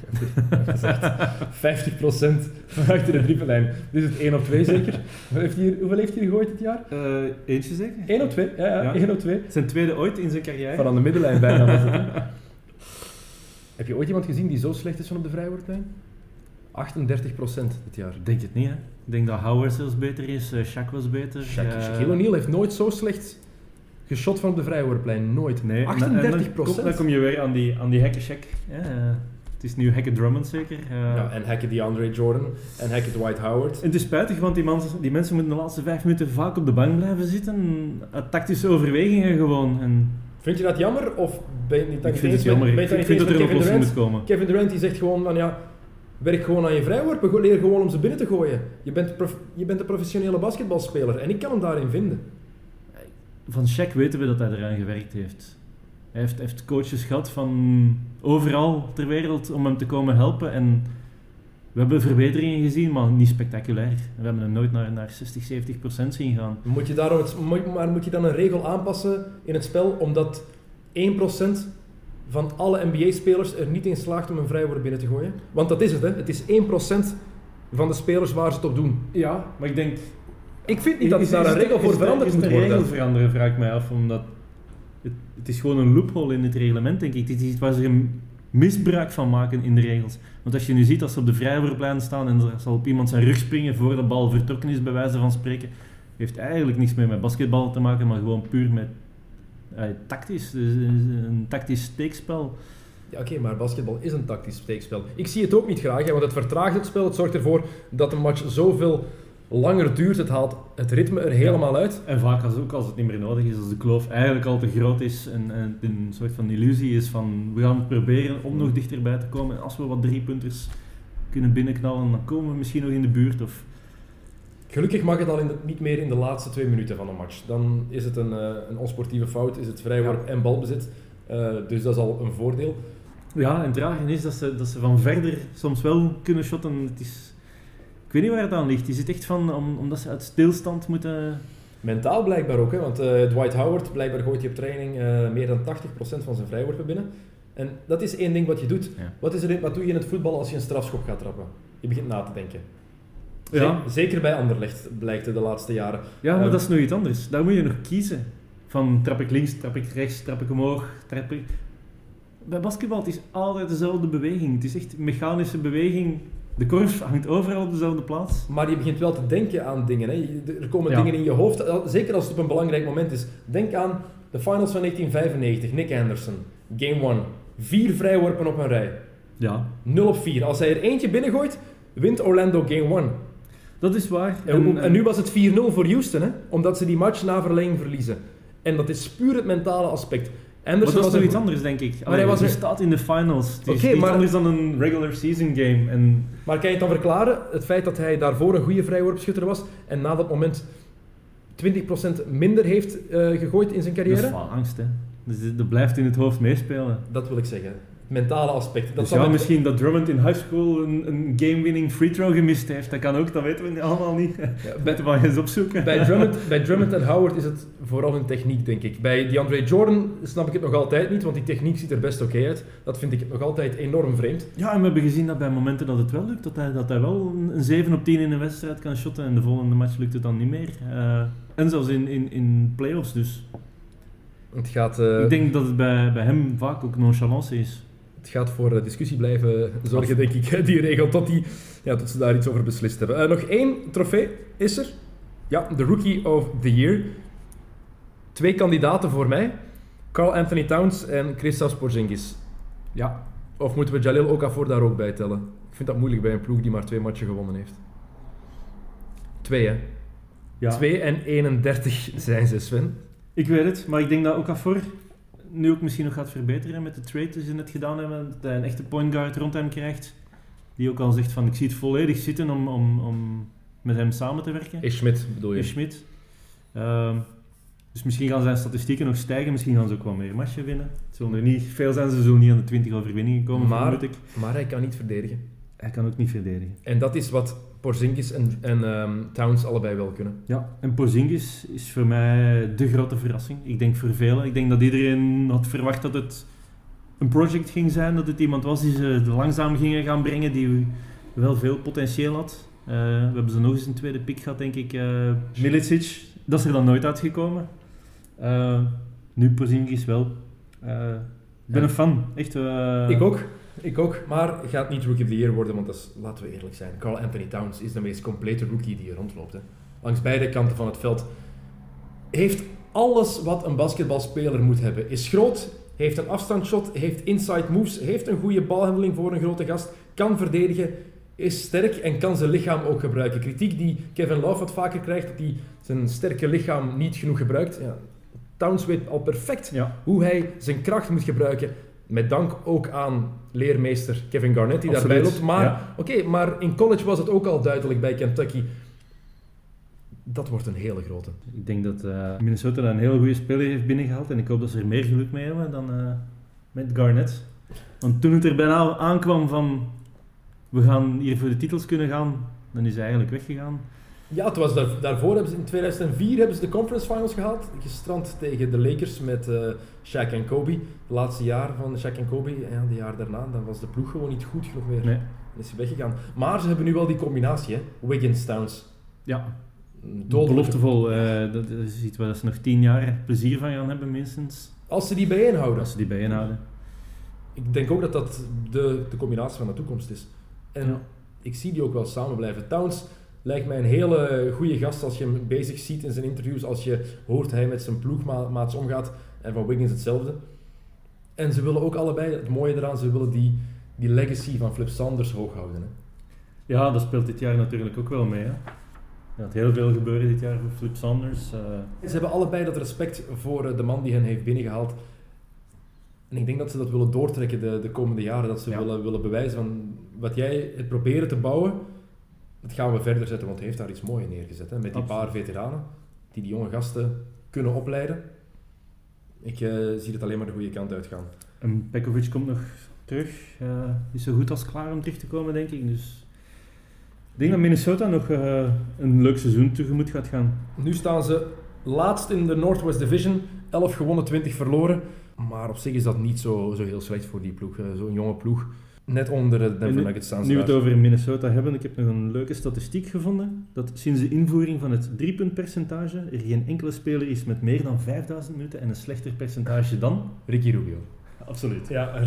50% achter de driepuntlijn. Dit is het 1 op 2 zeker. Hoeveel heeft hij gegooid dit jaar? Eentje zeker? 1 op 2, ja. 1 op 2. Zijn tweede ooit in zijn carrière. Van aan de middenlijn bijna was het. Heb je ooit iemand gezien die zo slecht is van op de vrijwoordlijn? 38% dit jaar. Ik denk het niet, hè. Ik denk dat Howard zelfs beter is, Shaq was beter. Shaquille O'Neal heeft nooit zo slecht geschot van op de vrijworplijn. Nooit. Nee, 38%. Dan kom je weer aan die Hacken-check. Het is nu Hacken Drummond zeker. En Hacken DeAndre Jordan en Hacken Dwight Howard. En het is spijtig, want die mensen moeten de laatste 5 minuten vaak op de bank blijven zitten. Uit tactische overwegingen gewoon. En vind je dat jammer? Of ben je niet ik vind het jammer. Ik vind dat er een oplossing moet komen. Kevin Durant die zegt gewoon van werk gewoon aan je vrijworpen. Leer gewoon om ze binnen te gooien. Je bent een professionele basketbalspeler en ik kan hem daarin vinden. Van Shaq weten we dat hij eraan gewerkt heeft. Hij heeft coaches gehad van overal ter wereld om hem te komen helpen. En we hebben verbeteringen gezien, maar niet spectaculair. We hebben hem nooit naar 60-70% zien gaan. Moet je dan een regel aanpassen in het spel, omdat 1% van alle NBA-spelers er niet in slaagt om een vrijworp binnen te gooien? Want dat is het, hè. Het is 1% van de spelers waar ze het op doen. Ja, maar ik denk... Ik vind niet dat daar een regel voor veranderd moet worden. Is de regel veranderen, vraag ik mij af, omdat... Het is gewoon een loophole in het reglement, denk ik. Het is iets waar ze een misbruik van maken in de regels. Want als je nu ziet dat ze op de vrijworplijn staan en er zal op iemand zijn rug springen voor de bal vertrokken is, bij wijze van spreken, heeft eigenlijk niks meer met basketbal te maken, maar gewoon puur met tactisch. Dus een tactisch steekspel. Ja, oké, maar basketbal is een tactisch steekspel. Ik zie het ook niet graag, want het vertraagt het spel. Het zorgt ervoor dat een match zoveel langer duurt. Het haalt het ritme er helemaal uit. En vaak als het niet meer nodig is, als de kloof eigenlijk al te groot is en een soort van illusie is van we gaan het proberen om nog dichterbij te komen. En als we wat 3-punters kunnen binnenknallen, dan komen we misschien nog in de buurt. Of... Gelukkig mag het al niet meer in de laatste 2 minuten van een match. Dan is het een onsportieve fout, is het vrijworp en balbezit. Dus dat is al een voordeel. Ja, en het rare is dat ze van verder soms wel kunnen shotten. Het is... Ik weet niet waar het aan ligt. Is het echt van omdat ze uit stilstand moeten... Mentaal blijkbaar ook, hè? Want Dwight Howard, blijkbaar gooit hij op training meer dan 80% van zijn vrijworpen binnen. En dat is één ding wat je doet. Ja. Wat doe je in het voetbal als je een strafschop gaat trappen? Je begint na te denken. Ja. Zeker bij Anderlecht blijkt de laatste jaren. Ja, maar dat is nog iets anders. Daar moet je nog kiezen. Van trap ik links, trap ik rechts, trap ik omhoog, trap ik... Bij basketbal het is altijd dezelfde beweging. Het is echt een mechanische beweging. De korf hangt overal op dezelfde plaats. Maar je begint wel te denken aan dingen. Hè. Er komen dingen in je hoofd, zeker als het op een belangrijk moment is. Denk aan de finals van 1995, Nick Anderson, Game 1. 4 vrijworpen op een rij. Ja. 0-4. Als hij er eentje binnengooit, wint Orlando Game 1. Dat is waar. En nu was het 4-0 voor Houston, hè, omdat ze die match na verlenging verliezen. En dat is puur het mentale aspect. Anderson maar dat is toch iets anders, denk ik. Maar hij staat in de finals. Het is iets anders dan een regular season game. Maar kan je het dan verklaren, het feit dat hij daarvoor een goede vrijworpschutter was en na dat moment 20% minder heeft gegooid in zijn carrière? Dat is van angst, hè. Dus dat blijft in het hoofd meespelen. Dat wil ik zeggen. Het mentale aspect. Dat dus misschien dat Drummond in high school een game-winning free throw gemist heeft. Dat kan ook, dat weten we allemaal niet. Ja, moeten we maar eens opzoeken. Bij Drummond en Howard is het vooral hun techniek, denk ik. Bij DeAndre Jordan snap ik het nog altijd niet, want die techniek ziet er best oké uit. Dat vind ik nog altijd enorm vreemd. Ja, en we hebben gezien dat bij momenten dat het wel lukt, dat hij wel een 7 op 10 in een wedstrijd kan shotten en de volgende match lukt het dan niet meer. En zelfs in playoffs dus. Het gaat, ik denk dat het bij hem vaak ook nonchalance is. Het gaat voor discussie blijven zorgen, denk ik, die regel, tot ze daar iets over beslist hebben. Nog 1 trofee is er. Ja, de Rookie of the Year. 2 kandidaten voor mij. Karl Anthony Towns en Kristaps Porzingis. Ja. Of moeten we Jahlil Okafor daar ook bij tellen? Ik vind dat moeilijk bij een ploeg die maar 2 matchen gewonnen heeft. 2, hè? Ja. 2 en 31 zijn ze, Sven. Ik weet het, maar ik denk dat Okafor nu ook misschien nog gaat verbeteren met de trade die ze net gedaan hebben. Dat hij een echte point guard rond hem krijgt. Die ook al zegt van, ik zie het volledig zitten om met hem samen te werken. Is Schmidt bedoel je? Is Schmidt. Dus misschien gaan zijn statistieken nog stijgen. Misschien gaan ze ook wel meer matchen winnen. Het zullen er niet veel zijn. Ze zullen niet aan de 20 overwinningen komen, vermoed ik. Maar hij kan niet verdedigen. Hij kan ook niet verdedigen. En dat is wat Porzingis en Towns allebei wel kunnen. Ja, en Porzingis is voor mij de grote verrassing. Ik denk voor velen. Ik denk dat iedereen had verwacht dat het een project ging zijn. Dat het iemand was die ze langzaam gingen gaan brengen. Die wel veel potentieel had. We hebben ze nog eens een tweede pick gehad, denk ik. Milicic. Dat is er dan nooit uitgekomen. Nu Porzingis wel. Ik ben een fan. Echt. Ik ook, maar gaat niet Rookie of the Year worden, want laten we eerlijk zijn. Karl Anthony Towns is de meest complete rookie die er rondloopt. Hè. Langs beide kanten van het veld. Heeft alles wat een basketbalspeler moet hebben. Is groot, heeft een afstandsshot, heeft inside moves, heeft een goede balhandeling voor een grote gast, kan verdedigen, is sterk en kan zijn lichaam ook gebruiken. Kritiek die Kevin Love wat vaker krijgt, dat hij zijn sterke lichaam niet genoeg gebruikt. Ja, Towns weet al perfect hoe hij zijn kracht moet gebruiken. Met dank ook aan leermeester Kevin Garnett die daarbij loopt. Maar, maar in college was het ook al duidelijk bij Kentucky. Dat wordt een hele grote. Ik denk dat Minnesota een hele goede speler heeft binnengehaald. En ik hoop dat ze er meer geluk mee hebben dan met Garnett. Want toen het er bijna aankwam van... we gaan hier voor de titels kunnen gaan, dan is hij eigenlijk weggegaan. Ja, het was daarvoor hebben ze in 2004 hebben ze de conference finals gehaald. Gestrand tegen de Lakers met Shaq en Kobe. Het laatste jaar van Shaq en Kobe. En de jaar daarna dan was de ploeg gewoon niet goed genoeg meer. Nee. Dan is hij weggegaan. Maar ze hebben nu wel die combinatie, hè? Wiggins, Towns. Ja, beloftevol. Dat is iets waar ze nog 10 jaar plezier van gaan hebben, minstens. Als ze die bijeenhouden. Ik denk ook dat dat de combinatie van de toekomst is. En ik zie die ook wel samen blijven. Towns lijkt mij een hele goede gast als je hem bezig ziet in zijn interviews, als je hoort hij met zijn ploegmaats omgaat. En van Wiggins hetzelfde. En ze willen ook allebei, het mooie eraan, ze willen die legacy van Flip Sanders hoog houden. Hè. Ja, dat speelt dit jaar natuurlijk ook wel mee. Hè. Er gaat heel veel gebeuren dit jaar voor Flip Sanders. Ze hebben allebei dat respect voor de man die hen heeft binnengehaald. En ik denk dat ze dat willen doortrekken de komende jaren. Dat ze willen bewijzen van wat jij het proberen te bouwen, dat gaan we verder zetten, want hij heeft daar iets moois neergezet. Hè, met die paar veteranen die jonge gasten kunnen opleiden. Ik zie het alleen maar de goede kant uitgaan. En Pekovic komt nog terug. Is zo goed als klaar om terug te komen, denk ik. Dus ik denk dat Minnesota nog een leuk seizoen tegemoet gaat gaan. Nu staan ze laatst in de Northwest Division. 11 gewonnen, 20 verloren. Maar op zich is dat niet zo heel slecht voor die ploeg. Zo'n jonge ploeg. Net onder de Denver Nuggets staan ze. Nu we het over Minnesota hebben, ik heb nog een leuke statistiek gevonden. Dat sinds de invoering van het 3-puntpercentage er geen enkele speler is met meer dan 5000 minuten en een slechter percentage dan... Ricky Rubio. Absoluut. Ja,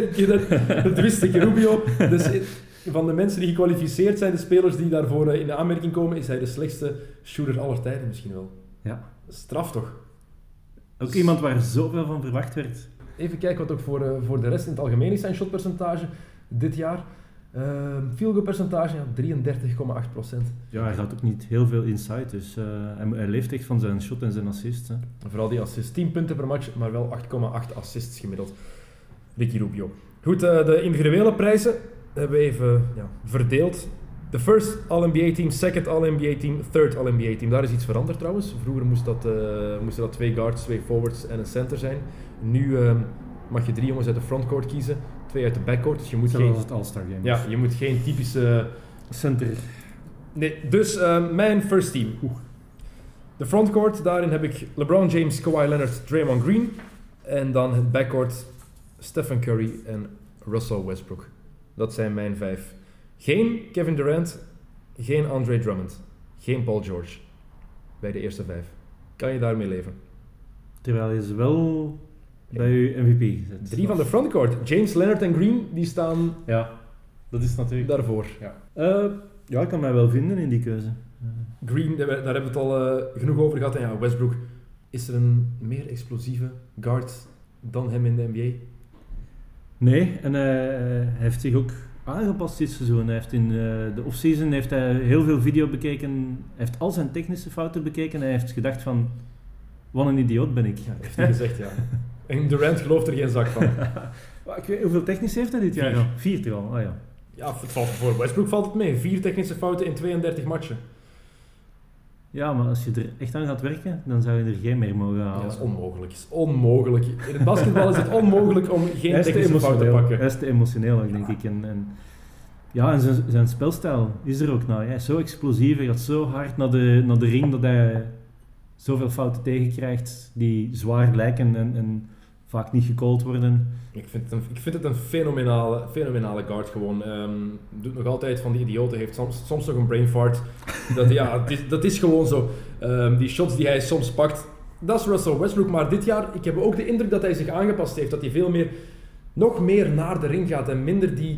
dat wist ik. Rubio. Dus van de mensen die gekwalificeerd zijn, de spelers die daarvoor in de aanmerking komen, is hij de slechtste shooter aller tijden misschien wel. Ja. Straf toch? Ook iemand waar zoveel van verwacht werd. Even kijken wat ook voor de rest in het algemeen is zijn shotpercentage dit jaar. Field goal percentage, 33,8%. Ja, hij gaat ook niet heel veel inside, dus hij leeft echt van zijn shot en zijn assists. Hè. Vooral die assists. 10 punten per match, maar wel 8,8 assists gemiddeld. Ricky Rubio. Goed, de individuele prijzen hebben we even verdeeld. De first All-NBA team, second All-NBA team, third All-NBA team. Daar is iets veranderd trouwens. Vroeger moesten dat 2 guards, 2 forwards en een center zijn. Nu mag je 3 jongens uit de frontcourt kiezen, 2 uit de backcourt. Dus je moet zoals het All-Star Game. Ja, je moet geen typische... Center. Nee, dus mijn first team. De frontcourt, daarin heb ik LeBron James, Kawhi Leonard, Draymond Green. En dan het backcourt, Stephen Curry en Russell Westbrook. Dat zijn mijn 5. Geen Kevin Durant, geen Andre Drummond, geen Paul George. Bij de eerste 5. Kan je daarmee leven? Terwijl je ze wel bij je MVP zet. 3 van de frontcourt. James, Leonard en Green, die staan... Ja, dat is natuurlijk... daarvoor. Ja, ik kan mij wel vinden in die keuze. Green, daar hebben we het al genoeg over gehad. En ja, Westbrook, is er een meer explosieve guard dan hem in de NBA? Nee, en hij heeft zich ook aangepast dit seizoen. Hij heeft in de offseason heeft hij heel veel video bekeken. Hij heeft al zijn technische fouten bekeken. Hij heeft gedacht van, wat een idioot ben ik. Ja, heeft hij gezegd, ja. En Durant gelooft er geen zak van. Ik weet, hoeveel technisch heeft hij dit jaar? 4 toch al? Ja. Ja, voor Westbrook valt het mee. 4 technische fouten in 32 matchen. Ja, maar als je er echt aan gaat werken, dan zou je er geen meer mogen halen. Ja, dat is onmogelijk. Is onmogelijk. In het basketbal is het onmogelijk om geen technische fouten te pakken. Hij is te emotioneel, denk ik. En zijn spelstijl is er ook nou. Hij is zo explosief, hij gaat zo hard naar de ring dat hij zoveel fouten tegenkrijgt die zwaar lijken en vaak niet gecallt worden. Ik vind het een fenomenale guard gewoon. Doet nog altijd van die idioten, heeft soms nog een brain fart. Dat is gewoon zo. Die shots die hij soms pakt, dat is Russell Westbrook. Maar dit jaar, ik heb ook de indruk dat hij zich aangepast heeft. Dat hij nog meer naar de ring gaat en minder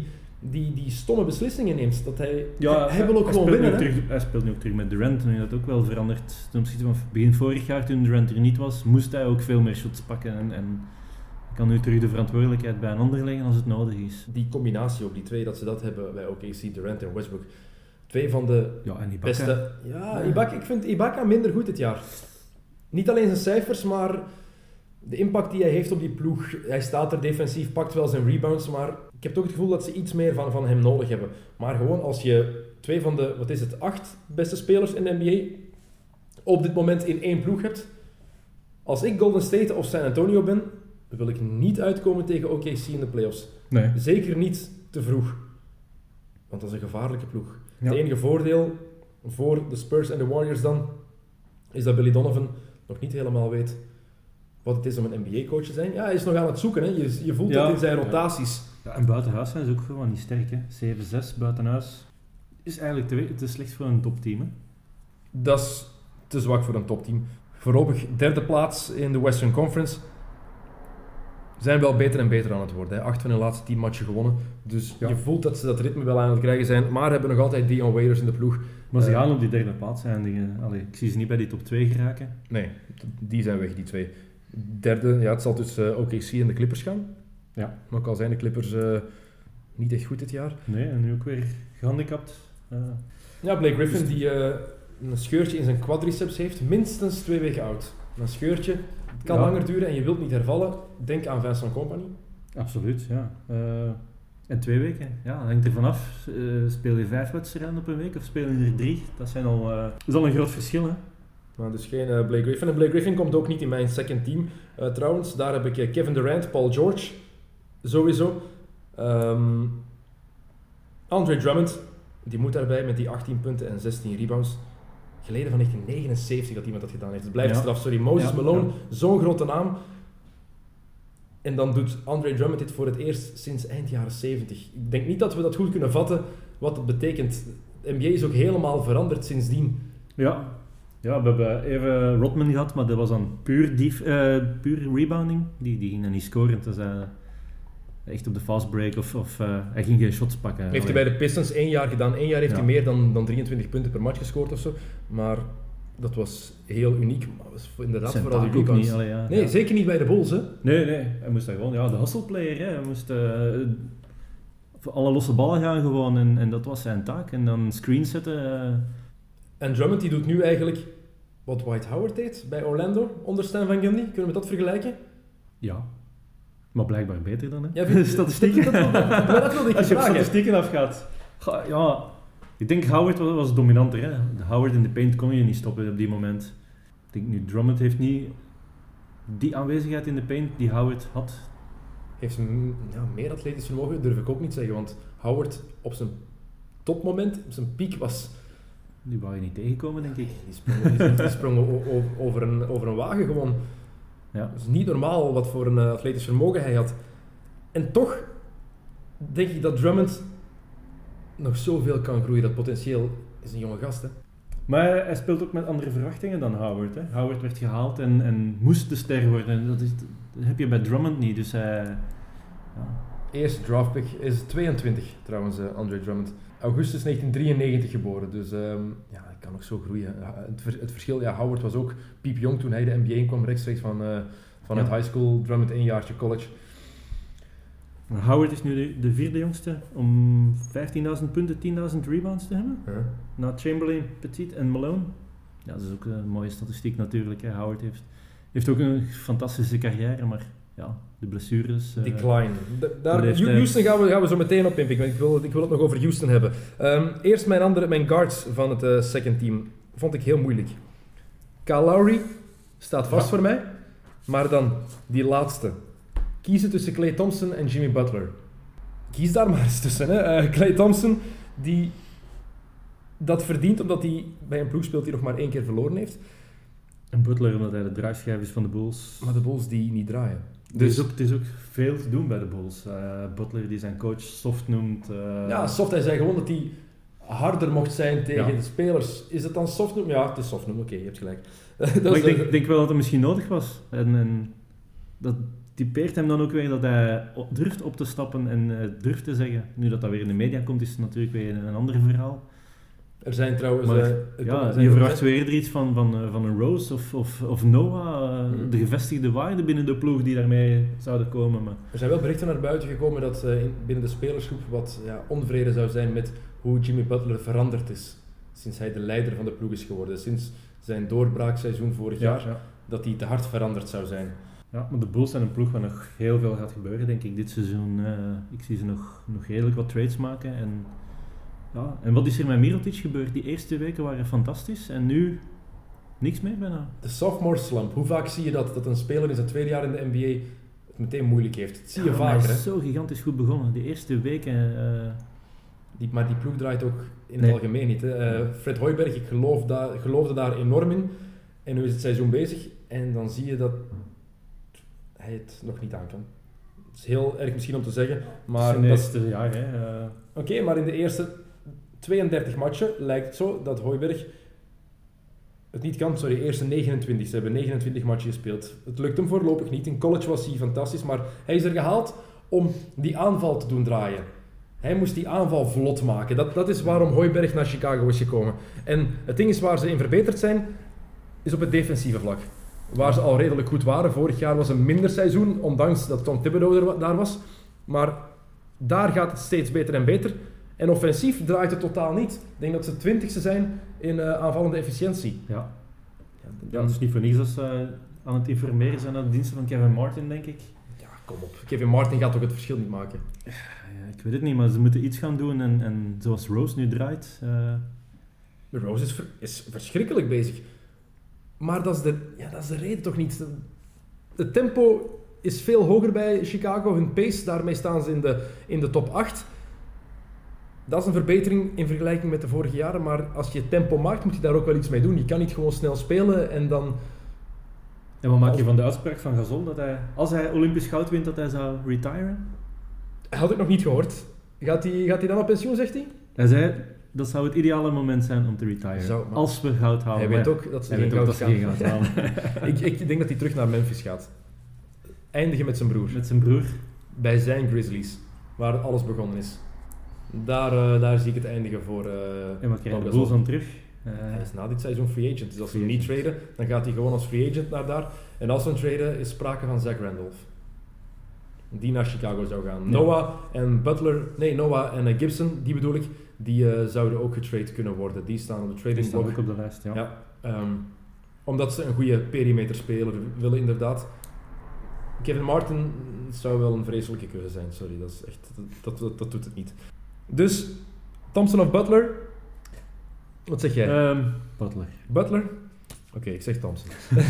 die stomme beslissingen neemt. Dat hij wil ook gewoon winnen. Hij speelt nu ook terug met Durant, nu dat ook wel veranderd. Ten opzichte van begin vorig jaar, toen Durant er niet was, moest hij ook veel meer shots pakken. En kan nu terug de verantwoordelijkheid bij een ander leggen als het nodig is. Die combinatie ook, die twee, dat ze dat hebben bij OKC, Durant en Westbrook. Twee van de en Ibaka. beste... Ja, Ibaka, ik vind Ibaka minder goed dit jaar. Niet alleen zijn cijfers, maar de impact die hij heeft op die ploeg. Hij staat er defensief, pakt wel zijn rebounds, maar ik heb toch het gevoel dat ze iets meer van hem nodig hebben. Maar gewoon als je twee van de, 8 beste spelers in de NBA op dit moment in één ploeg hebt. Als ik Golden State of San Antonio ben, wil ik niet uitkomen tegen OKC in de playoffs. Nee. Zeker niet te vroeg. Want dat is een gevaarlijke ploeg. Ja. Het enige voordeel voor de Spurs en de Warriors dan, is dat Billy Donovan nog niet helemaal weet wat het is om een NBA-coach te zijn. Ja, hij is nog aan het zoeken. Hè. Je voelt dat in zijn rotaties. Ja, en buitenhuis zijn ze ook gewoon niet sterk. Hè. 7-6 buitenhuis is eigenlijk te slecht voor een topteam. Hè. Dat is te zwak voor een topteam. Voorlopig 3e plaats in de Western Conference. Zijn wel beter en beter aan het worden. Hè. 8 van hun laatste 10 matchen gewonnen. Dus je voelt dat ze dat ritme wel aan het krijgen zijn. Maar hebben nog altijd Dion Waiters in de ploeg. Maar ze gaan op die 3e plaats eindigen. Ik zie ze niet bij die top 2 geraken. Nee, die zijn weg, die twee. 3e, het zal tussen OKC en de Clippers gaan. Ja. Ook al zijn de Clippers niet echt goed dit jaar. Nee, en nu ook weer gehandicapt. Ja, Blake Griffin die een scheurtje in zijn quadriceps heeft, minstens 2 weken oud. Een scheurtje, het kan langer duren en je wilt niet hervallen. Denk aan Vincent Kompany. Absoluut, ja. En 2 weken, dat hangt er vanaf. Speel je 5 wedstrijden op een week of speel je er 3? Dat is al een groot verschil, hè. Maar dus geen Blake Griffin. En Blake Griffin komt ook niet in mijn second team. Trouwens, daar heb ik Kevin Durant, Paul George, sowieso. Andre Drummond, die moet daarbij met die 18 punten en 16 rebounds. Geleden van 1979 dat iemand dat gedaan heeft. Het blijft straf, sorry. Moses Malone, zo'n grote naam. En dan doet Andre Drummond dit voor het eerst sinds eind jaren 70. Ik denk niet dat we dat goed kunnen vatten, wat het betekent. De NBA is ook helemaal veranderd sindsdien. Ja, we hebben even Rodman gehad, maar dat was dan puur rebounding. Die ging dan niet scoren. Dus, echt op de fast break of hij ging geen shots pakken. Heeft hij bij de Pistons 1 jaar gedaan. 1 jaar heeft hij meer dan 23 punten per match gescoord of zo. Maar dat was heel uniek. Maar was inderdaad vooral die rebounds. Nee, zeker niet bij de Bulls, hè? Nee. Hij moest daar gewoon, de hustle player, hè. Hij moest voor alle losse ballen gaan gewoon en dat was zijn taak. En dan screens zetten. En Drummond die doet nu eigenlijk wat Dwight Howard deed bij Orlando onder Stan Van Gundy. Kunnen we dat vergelijken? Ja. Maar blijkbaar beter dan, hè? Ja, de statistieken? Dat wilde ik als je op vragen. statistieken afgaat. Ja, ik denk Howard was dominanter, hè? Howard in de paint kon je niet stoppen op die moment. Ik denk nu Drummond heeft niet die aanwezigheid in de paint die Howard had. Heeft meer atletisch vermogen, durf ik ook niet zeggen. Want Howard op zijn topmoment, op zijn piek was... Die wou je niet tegenkomen, denk ik. Die sprong over een wagen gewoon. Ja. Het is niet normaal wat voor een atletisch vermogen hij had. En toch denk ik dat Drummond nog zoveel kan groeien. Dat potentieel is een jonge gast, hè. Maar hij speelt ook met andere verwachtingen dan Howard, hè. Howard werd gehaald en moest de ster worden. Dat heb je bij Drummond niet, dus hij... Eerste draftpick is 22 trouwens, Andre Drummond. Augustus 1993 geboren, dus hij kan nog zo groeien. Het verschil, Howard was ook piepjong toen hij de NBA in kwam, rechtstreeks vanuit high school. Drummond 1 jaartje college. Maar Howard is nu de 4e jongste om 15.000 punten, 10.000 rebounds te hebben. Na Chamberlain, Petit en Malone. Ja, dat is ook een mooie statistiek natuurlijk. Hè. Howard heeft ook een fantastische carrière, maar ja, de blessures... Decline. Houston gaan we zo meteen op inpikken. Ik wil het nog over Houston hebben. Eerst mijn guards van het second team vond ik heel moeilijk. Kyle Lowry staat vast voor mij, maar dan die laatste. Kiezen tussen Klay Thompson en Jimmy Butler. Kies daar maar eens tussen. Hè. Klay Thompson, die dat verdient omdat hij bij een ploeg speelt die nog maar 1 keer verloren heeft. En Butler omdat hij de draaischijf is van de Bulls. Maar de Bulls die niet draaien. Dus het is ook veel te doen bij de Bulls. Butler die zijn coach soft noemt. Ja, soft. Hij zei gewoon dat hij harder mocht zijn tegen de spelers. Is het dan soft noemen? Ja, het is soft noemen. Oké, je hebt gelijk. Maar ik denk wel dat het misschien nodig was. En dat typeert hem dan ook weer dat hij durft op te stappen en durft te zeggen. Nu dat weer in de media komt, is het natuurlijk weer een ander verhaal. Er zijn trouwens... Maar, je verwacht weer iets van een Rose of Noah, de gevestigde waarde binnen de ploeg die daarmee zouden komen. Maar. Er zijn wel berichten naar buiten gekomen dat binnen de spelersgroep wat onvrede zou zijn met hoe Jimmy Butler veranderd is. Sinds hij de leider van de ploeg is geworden. Sinds zijn doorbraakseizoen vorig jaar, dat hij te hard veranderd zou zijn. Ja, maar de Bulls zijn een ploeg waar nog heel veel gaat gebeuren, denk ik, dit seizoen. Ik zie ze nog redelijk wat trades maken. En wat is er met Mirotic gebeurd? Die eerste weken waren fantastisch en nu niks meer bijna. De sophomore slump. Hoe vaak zie je dat een speler in zijn tweede jaar in de NBA het meteen moeilijk heeft? Dat zie je vaker. Hij is zo gigantisch goed begonnen. De eerste weken... Maar die ploeg draait ook in het algemeen niet. Hè. Fred Hoiberg, ik geloofde daar enorm in. En nu is het seizoen bezig en dan zie je dat hij het nog niet aan kan. Het is heel erg misschien om te zeggen, maar... Het eerste jaar, hè. Oké, maar in de eerste 32 matchen lijkt het zo dat Hoiberg het niet kan. Sorry, eerste 29. Ze hebben 29 matchen gespeeld. Het lukt hem voorlopig niet. In college was hij fantastisch, maar hij is er gehaald om die aanval te doen draaien. Hij moest die aanval vlot maken. Dat is waarom Hoiberg naar Chicago is gekomen. En het ding is waar ze in verbeterd zijn, is op het defensieve vlak. Waar ze al redelijk goed waren. Vorig jaar was een minder seizoen, ondanks dat Tom Thibodeau daar was. Maar daar gaat het steeds beter en beter. En offensief draait het totaal niet. Ik denk dat ze 20e zijn in aanvallende efficiëntie. Ja, het is niet voor niets dat ze aan het informeren zijn aan de diensten van Kevin Martin, denk ik. Ja, kom op. Kevin Martin gaat ook het verschil niet maken. Ja, ik weet het niet, maar ze moeten iets gaan doen. En zoals Rose nu draait... Rose is verschrikkelijk bezig. Maar dat is de reden toch niet. Het tempo is veel hoger bij Chicago. Hun pace, daarmee staan ze in de top 8. Dat is een verbetering in vergelijking met de vorige jaren. Maar als je tempo maakt, moet je daar ook wel iets mee doen. Je kan niet gewoon snel spelen en dan... En wat maak je van de uitspraak van Gasol dat hij, als hij Olympisch goud wint, dat hij zou retiren? Hij had ik nog niet gehoord. Gaat hij dan op pensioen, zegt hij? Hij zei, dat zou het ideale moment zijn om te retiren. Als we goud halen. Hij weet ook dat ze geen goud halen. Ik denk dat hij terug naar Memphis gaat. Eindigen met zijn broer. Met zijn broer? Bij zijn Grizzlies, waar alles begonnen is. Daar zie ik het eindigen voor... En wat krijgen de Bulls dan terug? Hij is na dit seizoen free agent. Dus als ze hem niet traden, dan gaat hij gewoon als free agent naar daar. En als ze hem traden, is sprake van Zach Randolph. Die naar Chicago zou gaan. Ja. Noah en Gibson, die bedoel ik, die zouden ook getrade kunnen worden. Die staan op de trading block. Die staan ook op de lijst, ja. Omdat ze een goede perimeterspeler willen, inderdaad. Kevin Martin zou wel een vreselijke keuze zijn. Sorry, dat is echt... Dat doet het niet. Dus, Thompson of Butler? Wat zeg jij? Butler. Butler? Oké, ik zeg Thompson.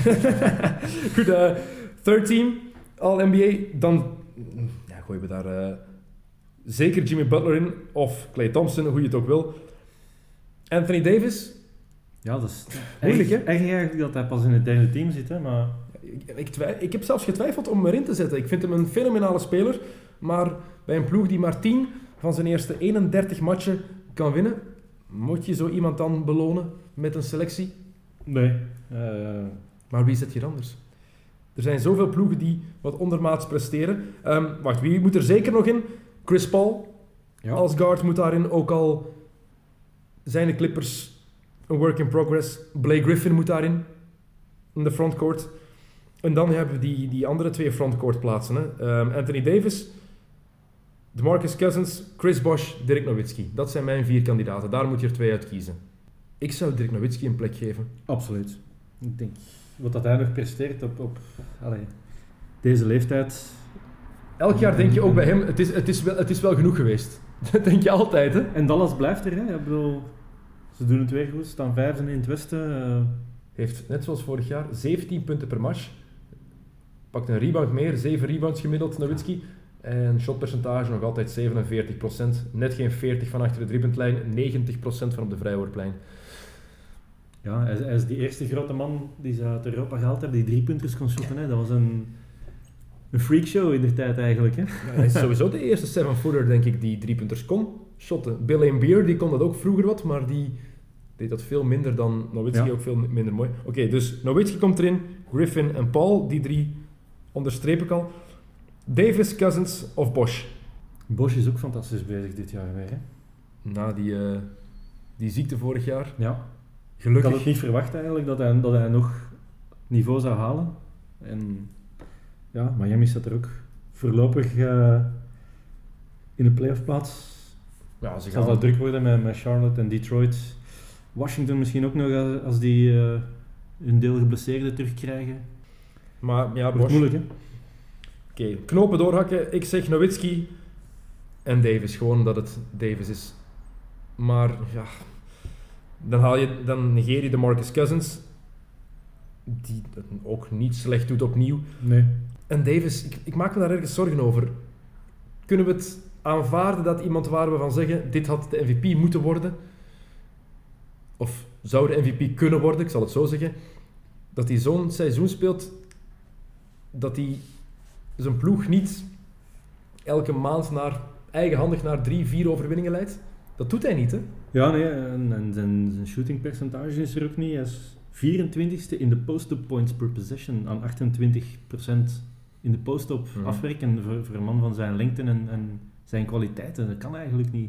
Goed, third team, All-NBA. Dan gooien we daar zeker Jimmy Butler in. Of Klay Thompson, hoe je het ook wil. Anthony Davis? Ja, dat is moeilijk, hè? Eigenlijk dat hij pas in het derde team zit, hè, maar... Ik heb zelfs getwijfeld om hem erin te zetten. Ik vind hem een fenomenale speler. Maar bij een ploeg die maar 10 van zijn eerste 31 matchen kan winnen, moet je zo iemand dan belonen met een selectie? Nee. Maar wie zet je anders? Er zijn zoveel ploegen die wat ondermaats presteren. Wacht, wie moet er zeker nog in? Chris Paul als guard moet daarin. Ook al zijn de Clippers een work in progress. Blake Griffin moet daarin. In de frontcourt. En dan hebben we die andere 2 frontcourt plaatsen. Hè. Anthony Davis, DeMarcus Cousins, Chris Bosh, Dirk Nowitzki. Dat zijn mijn 4 kandidaten. Daar moet je er 2 uit kiezen. Ik zou Dirk Nowitzki een plek geven. Absoluut. Ik denk, wat hij nog presteert op deze leeftijd... Elk jaar denk je ook bij hem, het is wel genoeg geweest. Dat denk je altijd, hè? En Dallas blijft er, hè. Ik bedoel, ze doen het weer goed. Ze staan 5e in het westen. Heeft, net zoals vorig jaar, 17 punten per match. Pakt een rebound meer, 7 rebounds gemiddeld, Nowitzki. En shotpercentage nog altijd 47%. Net geen 40 van achter de driepuntlijn, 90% van op de vrijworplijn. Ja, hij is die eerste grote man die ze uit Europa gehaald hebben, die 3-punters kon shotten. Hè. Dat was een freakshow in de tijd eigenlijk. Hè. Ja, hij is sowieso de eerste 7-footer, denk ik, die 3-punters kon shotten. Bill Laimbeer, die kon dat ook vroeger wat, maar die deed dat veel minder dan Nowitzki, ook veel minder mooi. Oké, dus Nowitzki komt erin, Griffin en Paul, die 3 onderstreep ik al. Davis, Cousins of Bosch? Bosch is ook fantastisch bezig dit jaar weer. Hè? Na die ziekte vorig jaar. Ja. Gelukkig. Ik had het niet verwacht eigenlijk dat hij nog niveau zou halen. En ja, Miami staat er ook voorlopig in de playoff plaats. Ja, ze Zal gaan dat druk worden met Charlotte en Detroit. Washington misschien ook nog als die hun deel geblesseerden terugkrijgen. Maar ja, Wordt Bosch. moeilijk, hè? Oké, knopen doorhakken. Ik zeg Nowitzki en Davis. Gewoon dat het Davis is. Maar ja, dan negeer je de Marcus Cousins, die het ook niet slecht doet opnieuw. Nee. En Davis, ik maak me daar ergens zorgen over. Kunnen we het aanvaarden dat iemand waar we van zeggen, dit had de MVP moeten worden? Of zou de MVP kunnen worden, ik zal het zo zeggen. Dat hij zo'n seizoen speelt, dat hij zijn ploeg niet elke maand eigenhandig naar 3-4 overwinningen leidt. Dat doet hij niet, hè? Ja, nee, en zijn shootingpercentage is er ook niet. Hij is 24e in de post-up points per possession aan 28% in de post-up afwerken voor een man van zijn lengte en zijn kwaliteiten. Dat kan eigenlijk niet.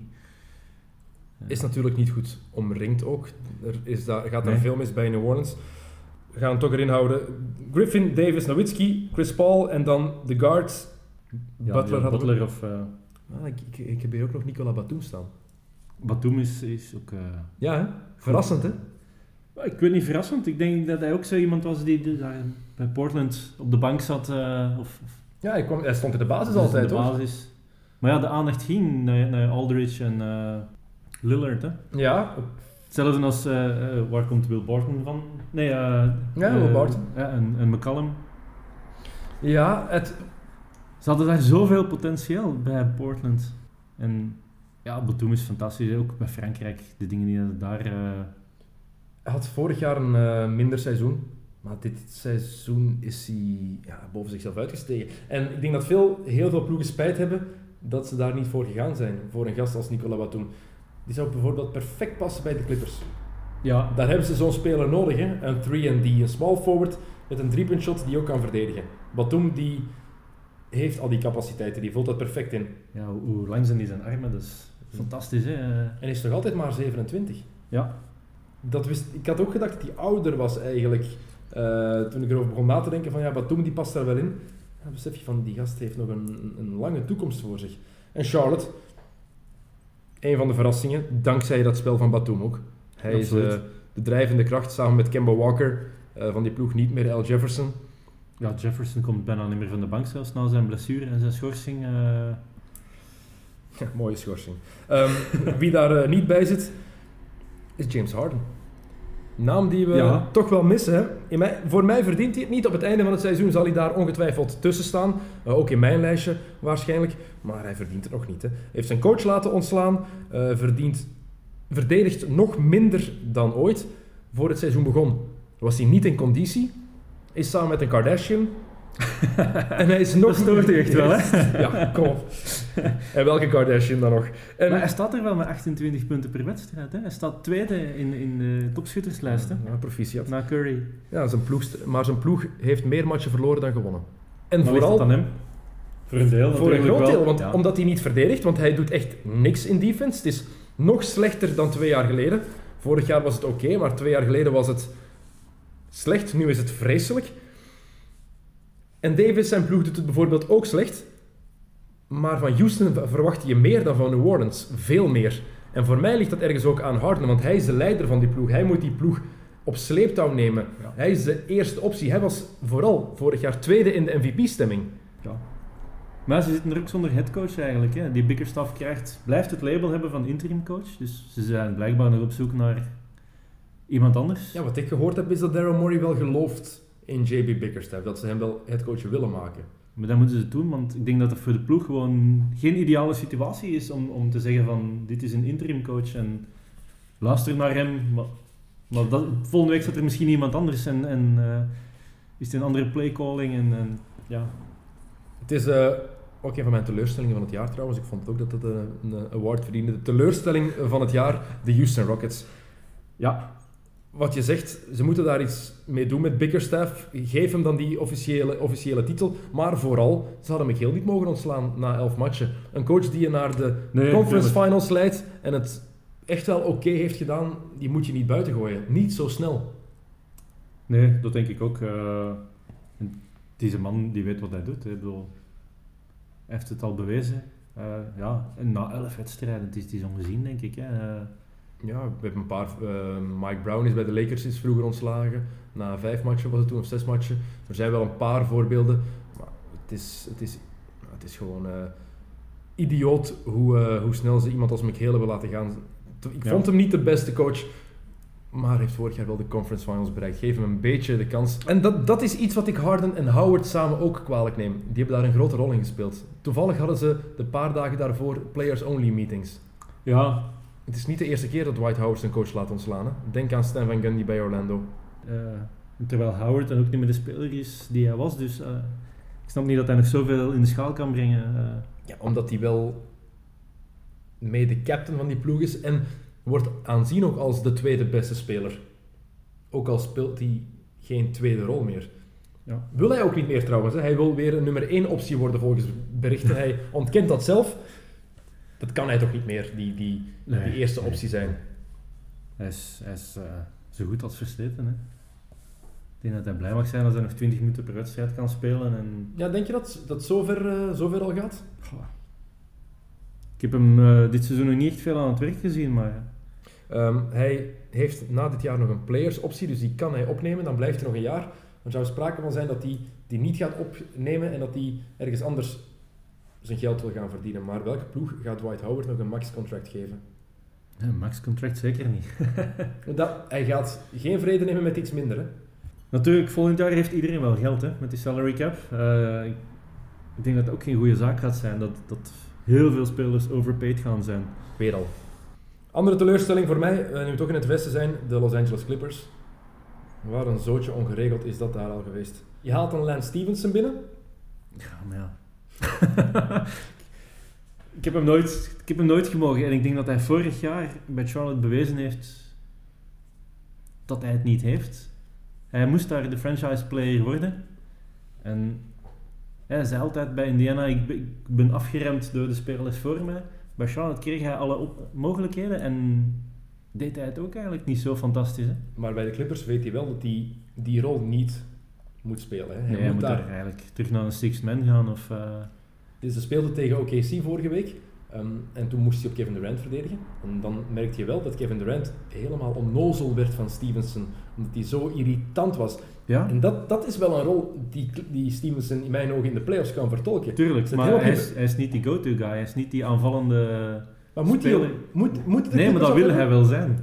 Is natuurlijk niet goed omringd ook. Gaat daar veel mis bij New Orleans. We gaan het toch erin houden. Griffin, Davis, Nowitzki, Chris Paul en dan de guards. Ja, Butler of... ik heb hier ook nog Nicolas Batum staan. Batum is ook... Ja, hè? Verrassend, hè? Ik weet niet verrassend. Ik denk dat hij ook zo iemand was die bij Portland op de bank zat. Ja, hij stond in de basis altijd, hoor. Basis. Maar ja, de aandacht ging naar Aldridge en Lillard, hè? Ja. Hetzelfde als... waar komt Will Barton van? Nee, Will Barton. Ja, en McCollum. Ja, Ze hadden daar zoveel potentieel bij Portland. En ja, Batum is fantastisch. Ook bij Frankrijk. De dingen die hij daar... Hij had vorig jaar een minder seizoen. Maar dit seizoen is hij boven zichzelf uitgestegen. En ik denk dat heel veel ploegen spijt hebben dat ze daar niet voor gegaan zijn. Voor een gast als Nicolas Batum. Die zou bijvoorbeeld perfect passen bij de Clippers. Ja. Daar hebben ze zo'n speler nodig. Hè? Een 3&D, een small forward met een 3-punt shot die ook kan verdedigen. Batum die heeft al die capaciteiten, die vult dat perfect in. Ja, hoe lang zijn die zijn armen? Dat is fantastisch, hè? En is toch altijd maar 27? Ja. Ik had ook gedacht dat hij ouder was eigenlijk. Toen ik erover begon na te denken van ja, Batum die past daar wel in. Dan besef je van die gast heeft nog een lange toekomst voor zich. En Charlotte, een van de verrassingen, dankzij dat spel van Batum ook. Hij Absoluut. is de drijvende kracht samen met Kemba Walker van die ploeg, niet meer Al Jefferson. Ja, Jefferson komt bijna niet meer van de bank zelfs na zijn blessure en zijn schorsing. Ja, mooie schorsing. Wie daar niet bij zit, is James Harden. Naam die we toch wel missen. Hè? Voor mij verdient hij het niet. Op het einde van het seizoen zal hij daar ongetwijfeld tussen staan. Ook in mijn lijstje waarschijnlijk. Maar hij verdient het nog niet. Hè? Hij heeft zijn coach laten ontslaan. Verdedigt nog minder dan ooit. Voor het seizoen begon was hij niet in conditie. Is samen met een Kardashian. En hij is nog... Dat stoort echt wel, hè? Ja, kom op. En welke Kardashian dan nog? Maar hij staat er wel met 28 punten per wedstrijd, hè? Hij staat tweede in de topschutterslijst, hè? Ja, proficiat. Na Curry. Ja, zijn ploeg heeft meer matchen verloren dan gewonnen. En maar vooral... ligt dat aan hem? Voor een deel Voor een groot deel, want ja. omdat hij niet verdedigt, want hij doet echt niks in defense. Het is nog slechter dan 2 jaar geleden. Vorig jaar was het oké, maar 2 jaar geleden was het slecht. Nu is het vreselijk. En Davis, zijn ploeg, doet het bijvoorbeeld ook slecht. Maar van Houston verwacht je meer dan van New Orleans. Veel meer. En voor mij ligt dat ergens ook aan Harden, want hij is de leider van die ploeg. Hij moet die ploeg op sleeptouw nemen. Ja. Hij is de eerste optie. Hij was vooral vorig jaar tweede in de MVP-stemming. Ja. Maar ze zitten er ook zonder headcoach eigenlijk. Hè. Die Bickerstaff blijft het label hebben van interimcoach. Dus ze zijn blijkbaar nog op zoek naar iemand anders. Ja, wat ik gehoord heb is dat Daryl Morey wel gelooft in JB Bickerstaff. Dat ze hem wel headcoach willen maken. Maar dat moeten ze doen, want ik denk dat het voor de ploeg gewoon geen ideale situatie is om te zeggen van dit is een interimcoach en luister naar hem. Maar volgende week staat er misschien iemand anders en is het een andere playcalling en ja. Het is ook een van mijn teleurstellingen van het jaar trouwens. Ik vond ook dat het een award verdiende. De teleurstelling van het jaar, de Houston Rockets. Ja. wat je zegt, ze moeten daar iets mee doen met Bickerstaff. Geef hem dan die officiële titel. Maar vooral, ze hadden McHale niet mogen ontslaan na 11 matchen. Een coach die je naar de conference finals leidt en het echt wel oké heeft gedaan, die moet je niet buiten gooien. Niet zo snel. Nee, dat denk ik ook. Deze man die weet wat hij doet. Hè. Ik bedoel, hij heeft het al bewezen. En na 11 wedstrijden, het is ongezien, denk ik. Hè. Ja, we hebben een paar... Mike Brown is bij de Lakers is vroeger ontslagen. Na 5 matchen was het toen, of 6 matchen. Er zijn wel een paar voorbeelden. Maar het is gewoon idioot hoe snel ze iemand als McHale hebben laten gaan. Ik vond hem niet de beste coach, maar heeft vorig jaar wel de conference finals bereikt. Geef hem een beetje de kans. En dat is iets wat ik Harden en Howard samen ook kwalijk neem. Die hebben daar een grote rol in gespeeld. Toevallig hadden ze de paar dagen daarvoor players-only meetings. Ja. Het is niet de eerste keer dat Dwight Howard zijn coach laat ontslaan. Hè? Denk aan Stan Van Gundy bij Orlando. Terwijl Howard dan ook niet meer de speler is die hij was. Dus ik snap niet dat hij nog zoveel in de schaal kan brengen. Ja, omdat hij wel mee de captain van die ploeg is. En wordt aanzien ook als de tweede beste speler. Ook al speelt hij geen tweede rol meer. Ja. Wil hij ook niet meer trouwens. Hè? Hij wil weer een nummer 1 optie worden volgens berichten. Hij ontkent dat zelf. Dat kan hij toch niet meer, die eerste optie zijn. Hij is zo goed als versleten. Hè? Ik denk dat hij blij mag zijn als hij nog 20 minuten per wedstrijd kan spelen. En... Ja, denk je dat zover al gaat? Goh. Ik heb hem dit seizoen nog niet echt veel aan het werk gezien, maar... Hij heeft na dit jaar nog een players optie, dus die kan hij opnemen. Dan blijft er nog een jaar. Er zou sprake van zijn dat hij die niet gaat opnemen en dat hij ergens anders zijn geld wil gaan verdienen. Maar welke ploeg gaat Dwight Howard nog een max-contract geven? Een max-contract zeker niet. Hij gaat geen vrede nemen met iets minder. Hè? Natuurlijk, volgend jaar heeft iedereen wel geld hè, met die salary cap. Ik denk dat het ook geen goede zaak gaat zijn dat heel veel spelers overpaid gaan zijn. Weer al. Andere teleurstelling voor mij, nu we toch in het westen zijn, de Los Angeles Clippers. Waar een zootje ongeregeld is dat daar al geweest. Je haalt dan Lance Stevenson binnen. Ja, maar ja. Ik heb hem nooit gemogen en ik denk dat hij vorig jaar bij Charlotte bewezen heeft dat hij het niet heeft. Hij moest daar de franchise player worden. En hij zei altijd bij Indiana, ik ben afgeremd door de spelers voor mij. Bij Charlotte kreeg hij alle mogelijkheden en deed hij het ook eigenlijk niet zo fantastisch. Hè? Maar bij de Clippers weet hij wel dat hij die rol niet moet spelen. Hè? Hij moet daar eigenlijk terug naar een sixth man gaan. Dus ze speelde tegen OKC vorige week. En toen moest hij op Kevin Durant verdedigen. En dan merkte je wel dat Kevin Durant helemaal onnozel werd van Stevenson. Omdat hij zo irritant was. Ja? En dat is wel een rol die Stevenson in mijn ogen in de playoffs kan vertolken. Tuurlijk, maar hij is niet die go-to guy. Hij is niet die aanvallende maar moet speler. Nee, maar dat wil hij wel zijn.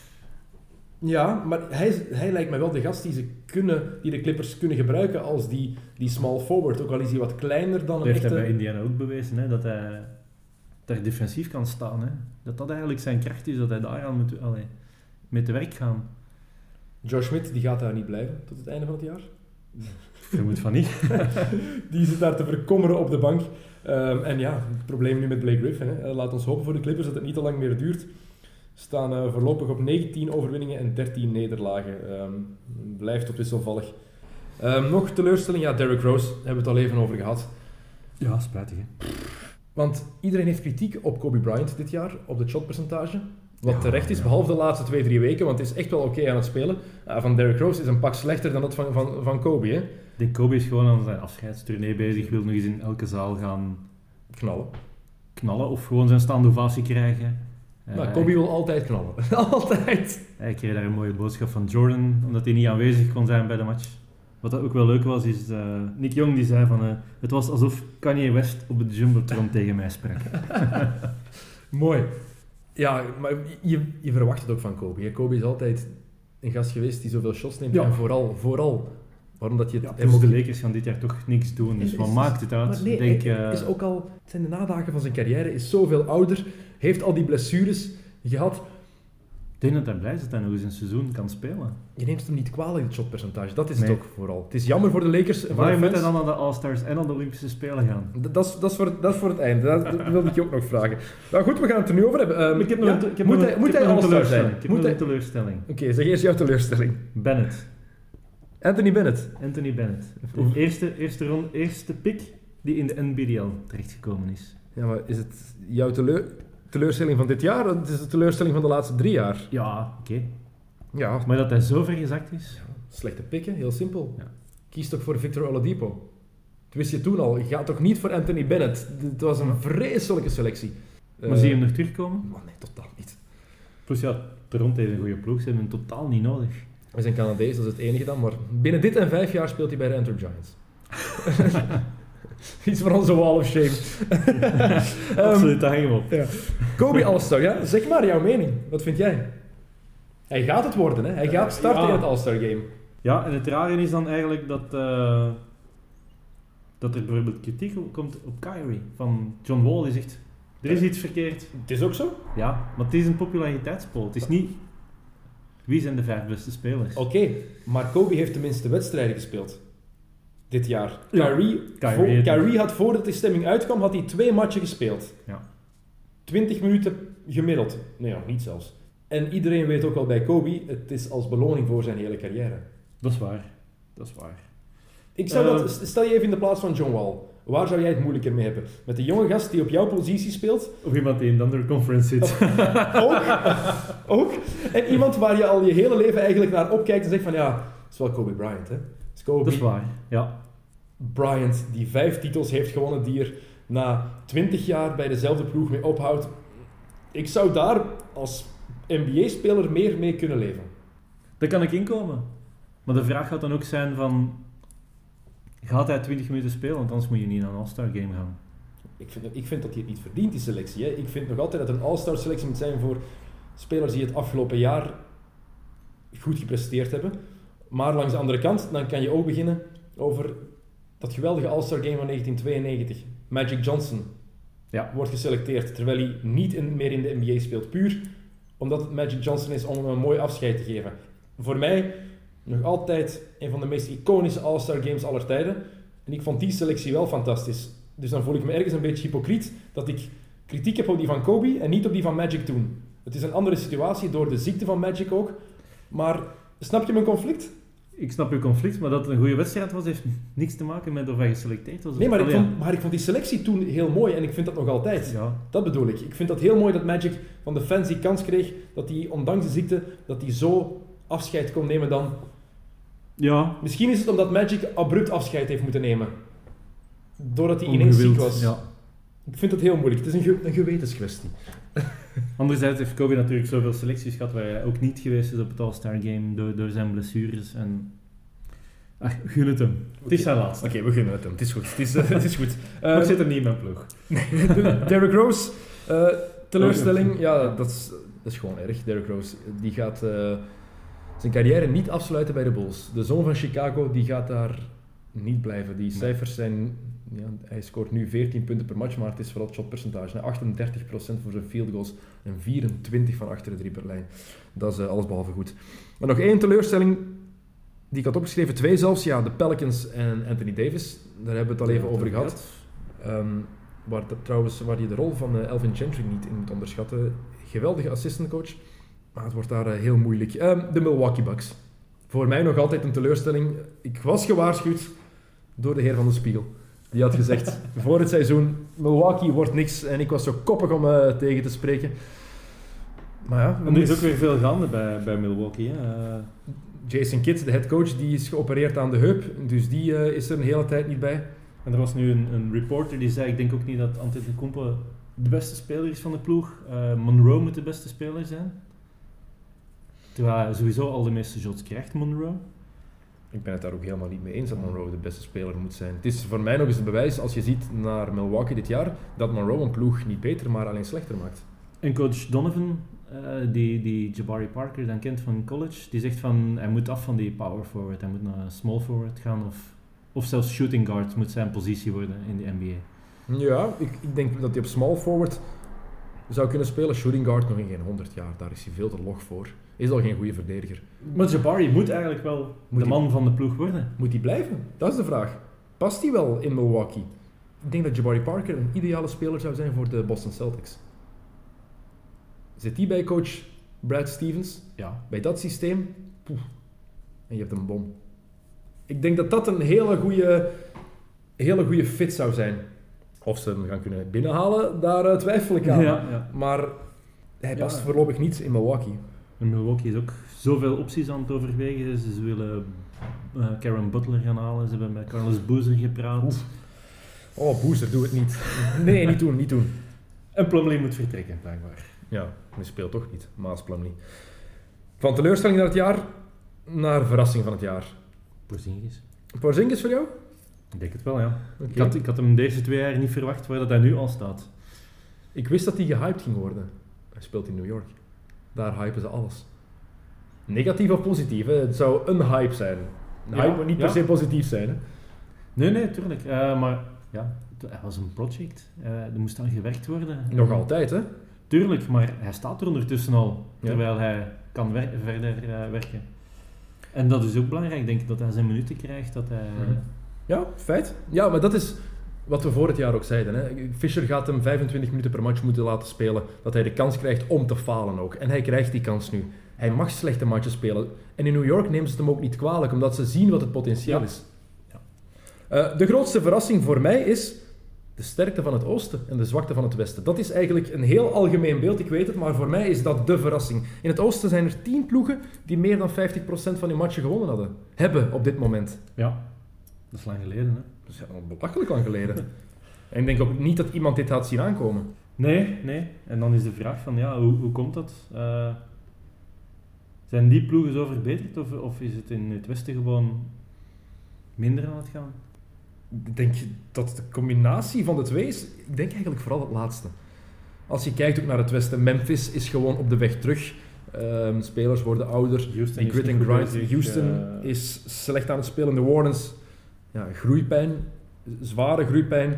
Ja, maar hij lijkt mij wel de gast die de Clippers kunnen gebruiken als die small forward. Ook al is hij wat kleiner dan een heeft echte... hij bij Indiana ook bewezen, hè, dat hij daar defensief kan staan. Hè. Dat eigenlijk zijn kracht is, dat hij daaraan moet mee te werk gaan. Josh Smith, die gaat daar niet blijven tot het einde van het jaar. Ik vermoed van niet. Die zit daar te verkommeren op de bank. En ja, het probleem nu met Blake Griffin. Hè. Laat ons hopen voor de Clippers dat het niet te lang meer duurt. Staan voorlopig op 19 overwinningen en 13 nederlagen. Blijft op wisselvallig. Nog teleurstelling, ja, Derrick Rose, hebben we het al even over gehad. Ja, spijtig hè. Want iedereen heeft kritiek op Kobe Bryant dit jaar, op de shotpercentage. Wat terecht is, behalve de laatste 2-3 weken, want het is echt wel oké aan het spelen. Van Derrick Rose is een pak slechter dan dat van Kobe. Hè? Ik denk Kobe is gewoon aan zijn afscheidstournee bezig, wil nog eens in elke zaal gaan knallen of gewoon zijn staande ovatie krijgen. Kobe wil altijd knallen. Altijd. Hij kreeg daar een mooie boodschap van Jordan, omdat hij niet aanwezig kon zijn bij de match. Wat dat ook wel leuk was, is Nick Young die zei van het was alsof Kanye West op het Jumbotron tegen mij sprak. Mooi. Ja, maar je verwacht het ook van Kobe. Kobe is altijd een gast geweest die zoveel shots neemt. Ja. En vooral waarom dat je het... Ja, dus de Lakers gaan dit jaar toch niks doen, dus wat maakt het uit? Maar nee, is ook al... Het zijn de nadagen van zijn carrière, is zoveel ouder, heeft al die blessures gehad. Ik denk dat hij blij is dat hij nog eens een seizoen kan spelen. Je neemt hem niet kwalijk, het shotpercentage. Dat is Nee. het ook vooral. Het is jammer voor de Lakers. En voor Maar de moet hij fans. dan aan de All-Stars en aan de Olympische Spelen gaan? Dat is voor het einde. Dat wilde ik je ook nog vragen. Nou goed, we gaan het er nu over hebben. Ik heb ja? Moet hij All-Star zijn? Ik heb nog een teleurstelling. Oké, zeg eerst jouw teleurstelling. Bennett. Anthony Bennett. Anthony Bennett. Oef. De eerste pick die in de NBL terechtgekomen is. Ja, maar is het jouw teleurstelling van dit jaar? Of is het de teleurstelling van de laatste 3 jaar? Ja, oké. Ja, Maar dat hij zo ver gezakt is... slechte pikken, heel simpel. Ja. Kies toch voor Victor Oladipo. Dat wist je toen al. Je gaat toch niet voor Anthony Bennett. Het was een vreselijke selectie. Maar zie je hem nog terugkomen? Maar nee, totaal niet. Plus ja, Toronto heeft een goede ploeg. Ze hebben hem totaal niet nodig. Hij is een Canadees, dat is het enige dan. Maar binnen dit en 5 jaar speelt hij bij de Antwerp Giants. Iets voor onze wall of shame. Absoluut, daar hang hem op. Ja. Kobe All-Star, ja? Zeg maar jouw mening. Wat vind jij? Hij gaat het worden, hè? Hij gaat starten Ja. in het All-Star game. Ja, en het rare is dan eigenlijk dat er bijvoorbeeld kritiek komt op Kyrie. Van John Wall, die zegt, er is iets verkeerd. Het is ook zo. Ja, maar het is een populariteitspoll. Het is niet... Wie zijn de 5 beste spelers? Oké, maar Kobe heeft tenminste wedstrijden gespeeld. Dit jaar. Ja. Kyrie had voordat de stemming uitkwam, had hij 2 matchen gespeeld. Ja. 20 minuten gemiddeld. Nee, nog niet zelfs. En iedereen weet ook al bij Kobe, het is als beloning voor zijn hele carrière. Dat is waar. Dat is waar. Ik zou stel je even in de plaats van John Wall. Waar zou jij het moeilijker mee hebben? Met de jonge gast die op jouw positie speelt? Of iemand die in de andere conference zit. Ook. En iemand waar je al je hele leven eigenlijk naar opkijkt en zegt van ja, het is wel Kobe Bryant, hè? Het is Kobe Dat is waar, ja. Bryant die 5 titels heeft gewonnen, die er na 20 jaar bij dezelfde ploeg mee ophoudt. Ik zou daar als NBA-speler meer mee kunnen leven. Daar kan ik inkomen. Maar de vraag gaat dan ook zijn van... Gaat hij 20 minuten spelen? Want anders moet je niet naar een All-Star game gaan. Ik vind dat hij het niet verdient, die selectie. Hè. Ik vind nog altijd dat een All-Star selectie moet zijn voor spelers die het afgelopen jaar goed gepresteerd hebben. Maar langs de andere kant, dan kan je ook beginnen over dat geweldige All-Star game van 1992. Magic Johnson wordt geselecteerd, terwijl hij niet meer in de NBA speelt. Puur omdat het Magic Johnson is om hem een mooi afscheid te geven. Voor mij nog altijd een van de meest iconische All-Star games aller tijden. En ik vond die selectie wel fantastisch. Dus dan voel ik me ergens een beetje hypocriet dat ik kritiek heb op die van Kobe en niet op die van Magic toen. Het is een andere situatie door de ziekte van Magic ook. Maar snap je mijn conflict? Ik snap uw conflict, maar dat het een goede wedstrijd was, heeft niks te maken met of hij geselecteerd was. Nee, maar ik vond die selectie toen heel mooi en ik vind dat nog altijd. Ja. Dat bedoel ik. Ik vind dat heel mooi dat Magic van de fans die kans kreeg, dat hij ondanks de ziekte, dat hij zo afscheid kon nemen dan. Ja. Misschien is het omdat Magic abrupt afscheid heeft moeten nemen. Doordat hij ineens ziek was. Ja. Ik vind dat heel moeilijk. Het is een gewetenskwestie. Anderzijds heeft Kobe natuurlijk zoveel selecties gehad waar hij ook niet geweest is op het All-Star Game door zijn blessures. En... Ach, gun het hem. Het is zijn laatste. Oké, we gunnen het hem. Het is goed. Het is goed. Maar ik zit er niet in mijn ploeg. Derrick Rose, teleurstelling. Ja, dat is gewoon erg. Derrick Rose, die gaat zijn carrière niet afsluiten bij de Bulls. De zoon van Chicago, die gaat daar niet blijven. Die cijfers zijn... Ja, hij scoort nu 14 punten per match, maar het is vooral het shotpercentage. 38% voor zijn field goals en 24 van achter de driepuntlijn. Dat is allesbehalve goed. Maar nog één teleurstelling die ik had opgeschreven. 2 zelfs. Ja, de Pelicans en Anthony Davis. Daar hebben we het al even over gehad. Waar je de rol van Elvin Gentry niet in moet onderschatten. Geweldige assistantcoach. Maar het wordt daar heel moeilijk. De Milwaukee Bucks. Voor mij nog altijd een teleurstelling. Ik was gewaarschuwd door de heer van de Spiegel. Die had gezegd, voor het seizoen, Milwaukee wordt niks. En ik was zo koppig om tegen te spreken. Maar ja... En er is ook weer veel gaande bij Milwaukee. Hè? Jason Kidd, de headcoach, die is geopereerd aan de heup. Dus die is er een hele tijd niet bij. En er was nu een reporter die zei, ik denk ook niet dat Antetokounmpo de beste speler is van de ploeg. Monroe moet de beste speler zijn. Terwijl hij sowieso al de meeste shots krijgt, Monroe. Ik ben het daar ook helemaal niet mee eens dat Monroe de beste speler moet zijn. Het is voor mij nog eens een bewijs, als je ziet naar Milwaukee dit jaar, dat Monroe een ploeg niet beter, maar alleen slechter maakt. En coach Donovan, die Jabari Parker dan kent van college, die zegt van, hij moet af van die power forward, hij moet naar small forward gaan of zelfs shooting guard moet zijn positie worden in de NBA. Ja, ik denk dat hij op small forward zou kunnen spelen. Shooting guard nog in geen 100 jaar. Daar is hij veel te log voor. Is al geen goede verdediger. Maar Jabari moet eigenlijk wel de man van de ploeg worden. Moet hij blijven? Dat is de vraag. Past hij wel in Milwaukee? Ik denk dat Jabari Parker een ideale speler zou zijn voor de Boston Celtics. Zit hij bij coach Brad Stevens? Ja. Bij dat systeem? Poeh. En je hebt een bom. Ik denk dat dat een hele goede fit zou zijn. Of ze hem gaan kunnen binnenhalen, daar twijfel ik aan. Ja. Maar hij past voorlopig niet in Milwaukee. En Milwaukee is ook zoveel opties aan het overwegen. Ze willen Karen Butler gaan halen. Ze hebben met Carlos Boozer gepraat. Oef. Oh, Boozer, doe het niet. Nee, niet doen. En Plumlee moet vertrekken, blijkbaar. Ja, hij speelt toch niet. Maas Plumlee. Van teleurstelling naar het jaar, naar verrassing van het jaar. Porzingis voor jou? Ik denk het wel, ja. Okay. Ik had hem deze 2 jaar niet verwacht waar dat hij nu al staat. Ik wist dat hij gehyped ging worden. Hij speelt in New York. Daar hypen ze alles. Negatief of positief, hè? Het zou een hype zijn. Een hype moet niet per se positief zijn. Hè? Nee, tuurlijk. Maar ja, hij was een project. Er moest aan gewerkt worden. Nog altijd, hè? Tuurlijk, maar hij staat er ondertussen al, terwijl hij kan verder werken. En dat is ook belangrijk, denk ik, dat hij zijn minuten krijgt, dat hij... Ja, feit. Ja, maar dat is wat we voor het jaar ook zeiden. Hè. Fisher gaat hem 25 minuten per match moeten laten spelen, dat hij de kans krijgt om te falen ook. En hij krijgt die kans nu. Hij mag slechte matches spelen. En in New York nemen ze het hem ook niet kwalijk, omdat ze zien wat het potentieel is. Ja. De grootste verrassing voor mij is de sterkte van het oosten en de zwakte van het westen. Dat is eigenlijk een heel algemeen beeld, ik weet het, maar voor mij is dat de verrassing. In het oosten zijn er 10 ploegen die meer dan 50% van hun matchen gewonnen hebben op dit moment. Ja, dat is lang geleden, hè? Dat is al belachelijk lang geleden. En ik denk ook niet dat iemand dit had zien aankomen. Nee. En dan is de vraag van, ja, hoe komt dat? Zijn die ploegen zo verbeterd of is het in het westen gewoon minder aan het gaan? Ik denk dat de combinatie van de twee is, ik denk eigenlijk vooral het laatste. Als je kijkt ook naar het westen, Memphis is gewoon op de weg terug. Spelers worden ouder. Houston grit and grind. Houston is slecht aan het spelen. De Warriors, groeipijn. Zware groeipijn.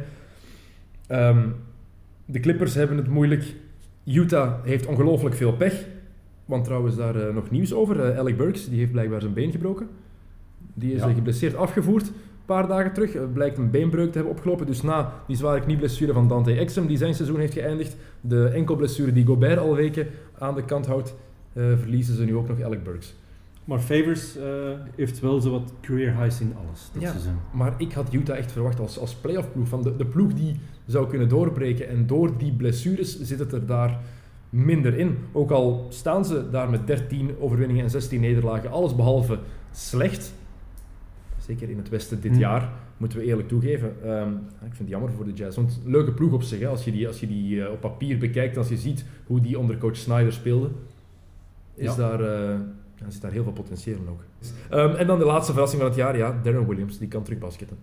De Clippers hebben het moeilijk. Utah heeft ongelooflijk veel pech. Want trouwens, daar nog nieuws over. Alec Burks, die heeft blijkbaar zijn been gebroken. Die is geblesseerd afgevoerd. Een paar dagen terug blijkt een beenbreuk te hebben opgelopen. Dus na die zware knieblessure van Dante Exum, die zijn seizoen heeft geëindigd, de enkelblessure die Gobert al weken aan de kant houdt, verliezen ze nu ook nog Alec Burks. Maar Favors heeft wel zo wat career highs in alles dit seizoen. Maar ik had Utah echt verwacht als playoff ploeg. Van de ploeg die zou kunnen doorbreken. En door die blessures zit het er daar minder in. Ook al staan ze daar met 13 overwinningen en 16 nederlagen. Alles behalve slecht. Zeker in het westen dit jaar, moeten we eerlijk toegeven. Ik vind het jammer voor de Jazz. Want een leuke ploeg op zich. Hè. Als je die op papier bekijkt, als je ziet hoe die onder coach Snyder speelde, zit daar heel veel potentieel in ook. En dan de laatste verrassing van het jaar, Darren Williams, die kan terug basketten.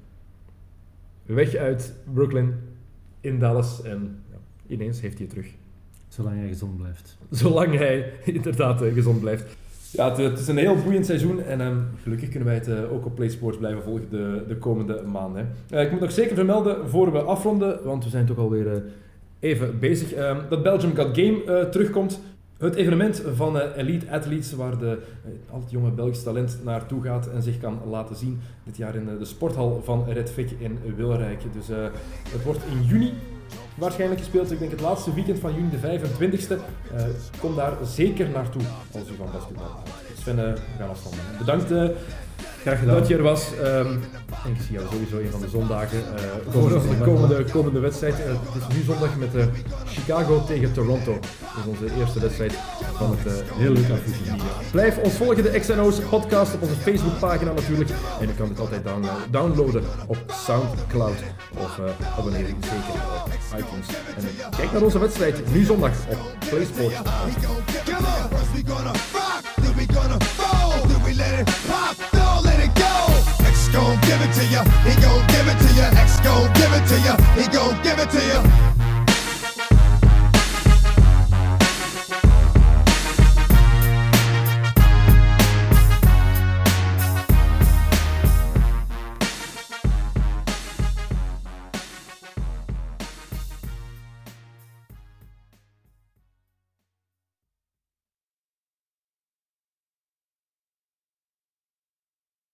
Weg uit Brooklyn, in Dallas en ineens heeft hij het terug. Zolang hij gezond blijft. Zolang hij inderdaad gezond blijft. Ja, het is een heel boeiend seizoen en gelukkig kunnen wij het ook op PlaySports blijven volgen de komende maanden. Ik moet nog zeker vermelden, voor we afronden, want we zijn toch alweer even bezig, dat Belgium Got Game terugkomt. Het evenement van Elite Athletes, waar al het jonge Belgisch talent naartoe gaat en zich kan laten zien. Dit jaar in de sporthal van Red Vic in Wilrijk. Dus het wordt in juni waarschijnlijk gespeeld. Ik denk het laatste weekend van juni, de 25e. Kom daar zeker naartoe als u van basketbal houdt. Sven, we gaan afstanden. Bedankt graag gedaan dat je er was. En ik zie jou sowieso een van de zondagen voor de komende wedstrijd. Het is nu zondag met Chicago tegen Toronto. Dat is onze eerste wedstrijd van het heel leuk afgezien. Blijf ons volgen, de XNO's podcast op onze Facebookpagina natuurlijk. En u kan het altijd downloaden op Soundcloud of abonneer je zeker op iTunes. En kijk naar onze wedstrijd nu zondag op PlaySports. Gon' give it to ya, he gon' give it to ya, X gon' give it to ya, he gon' give it to ya.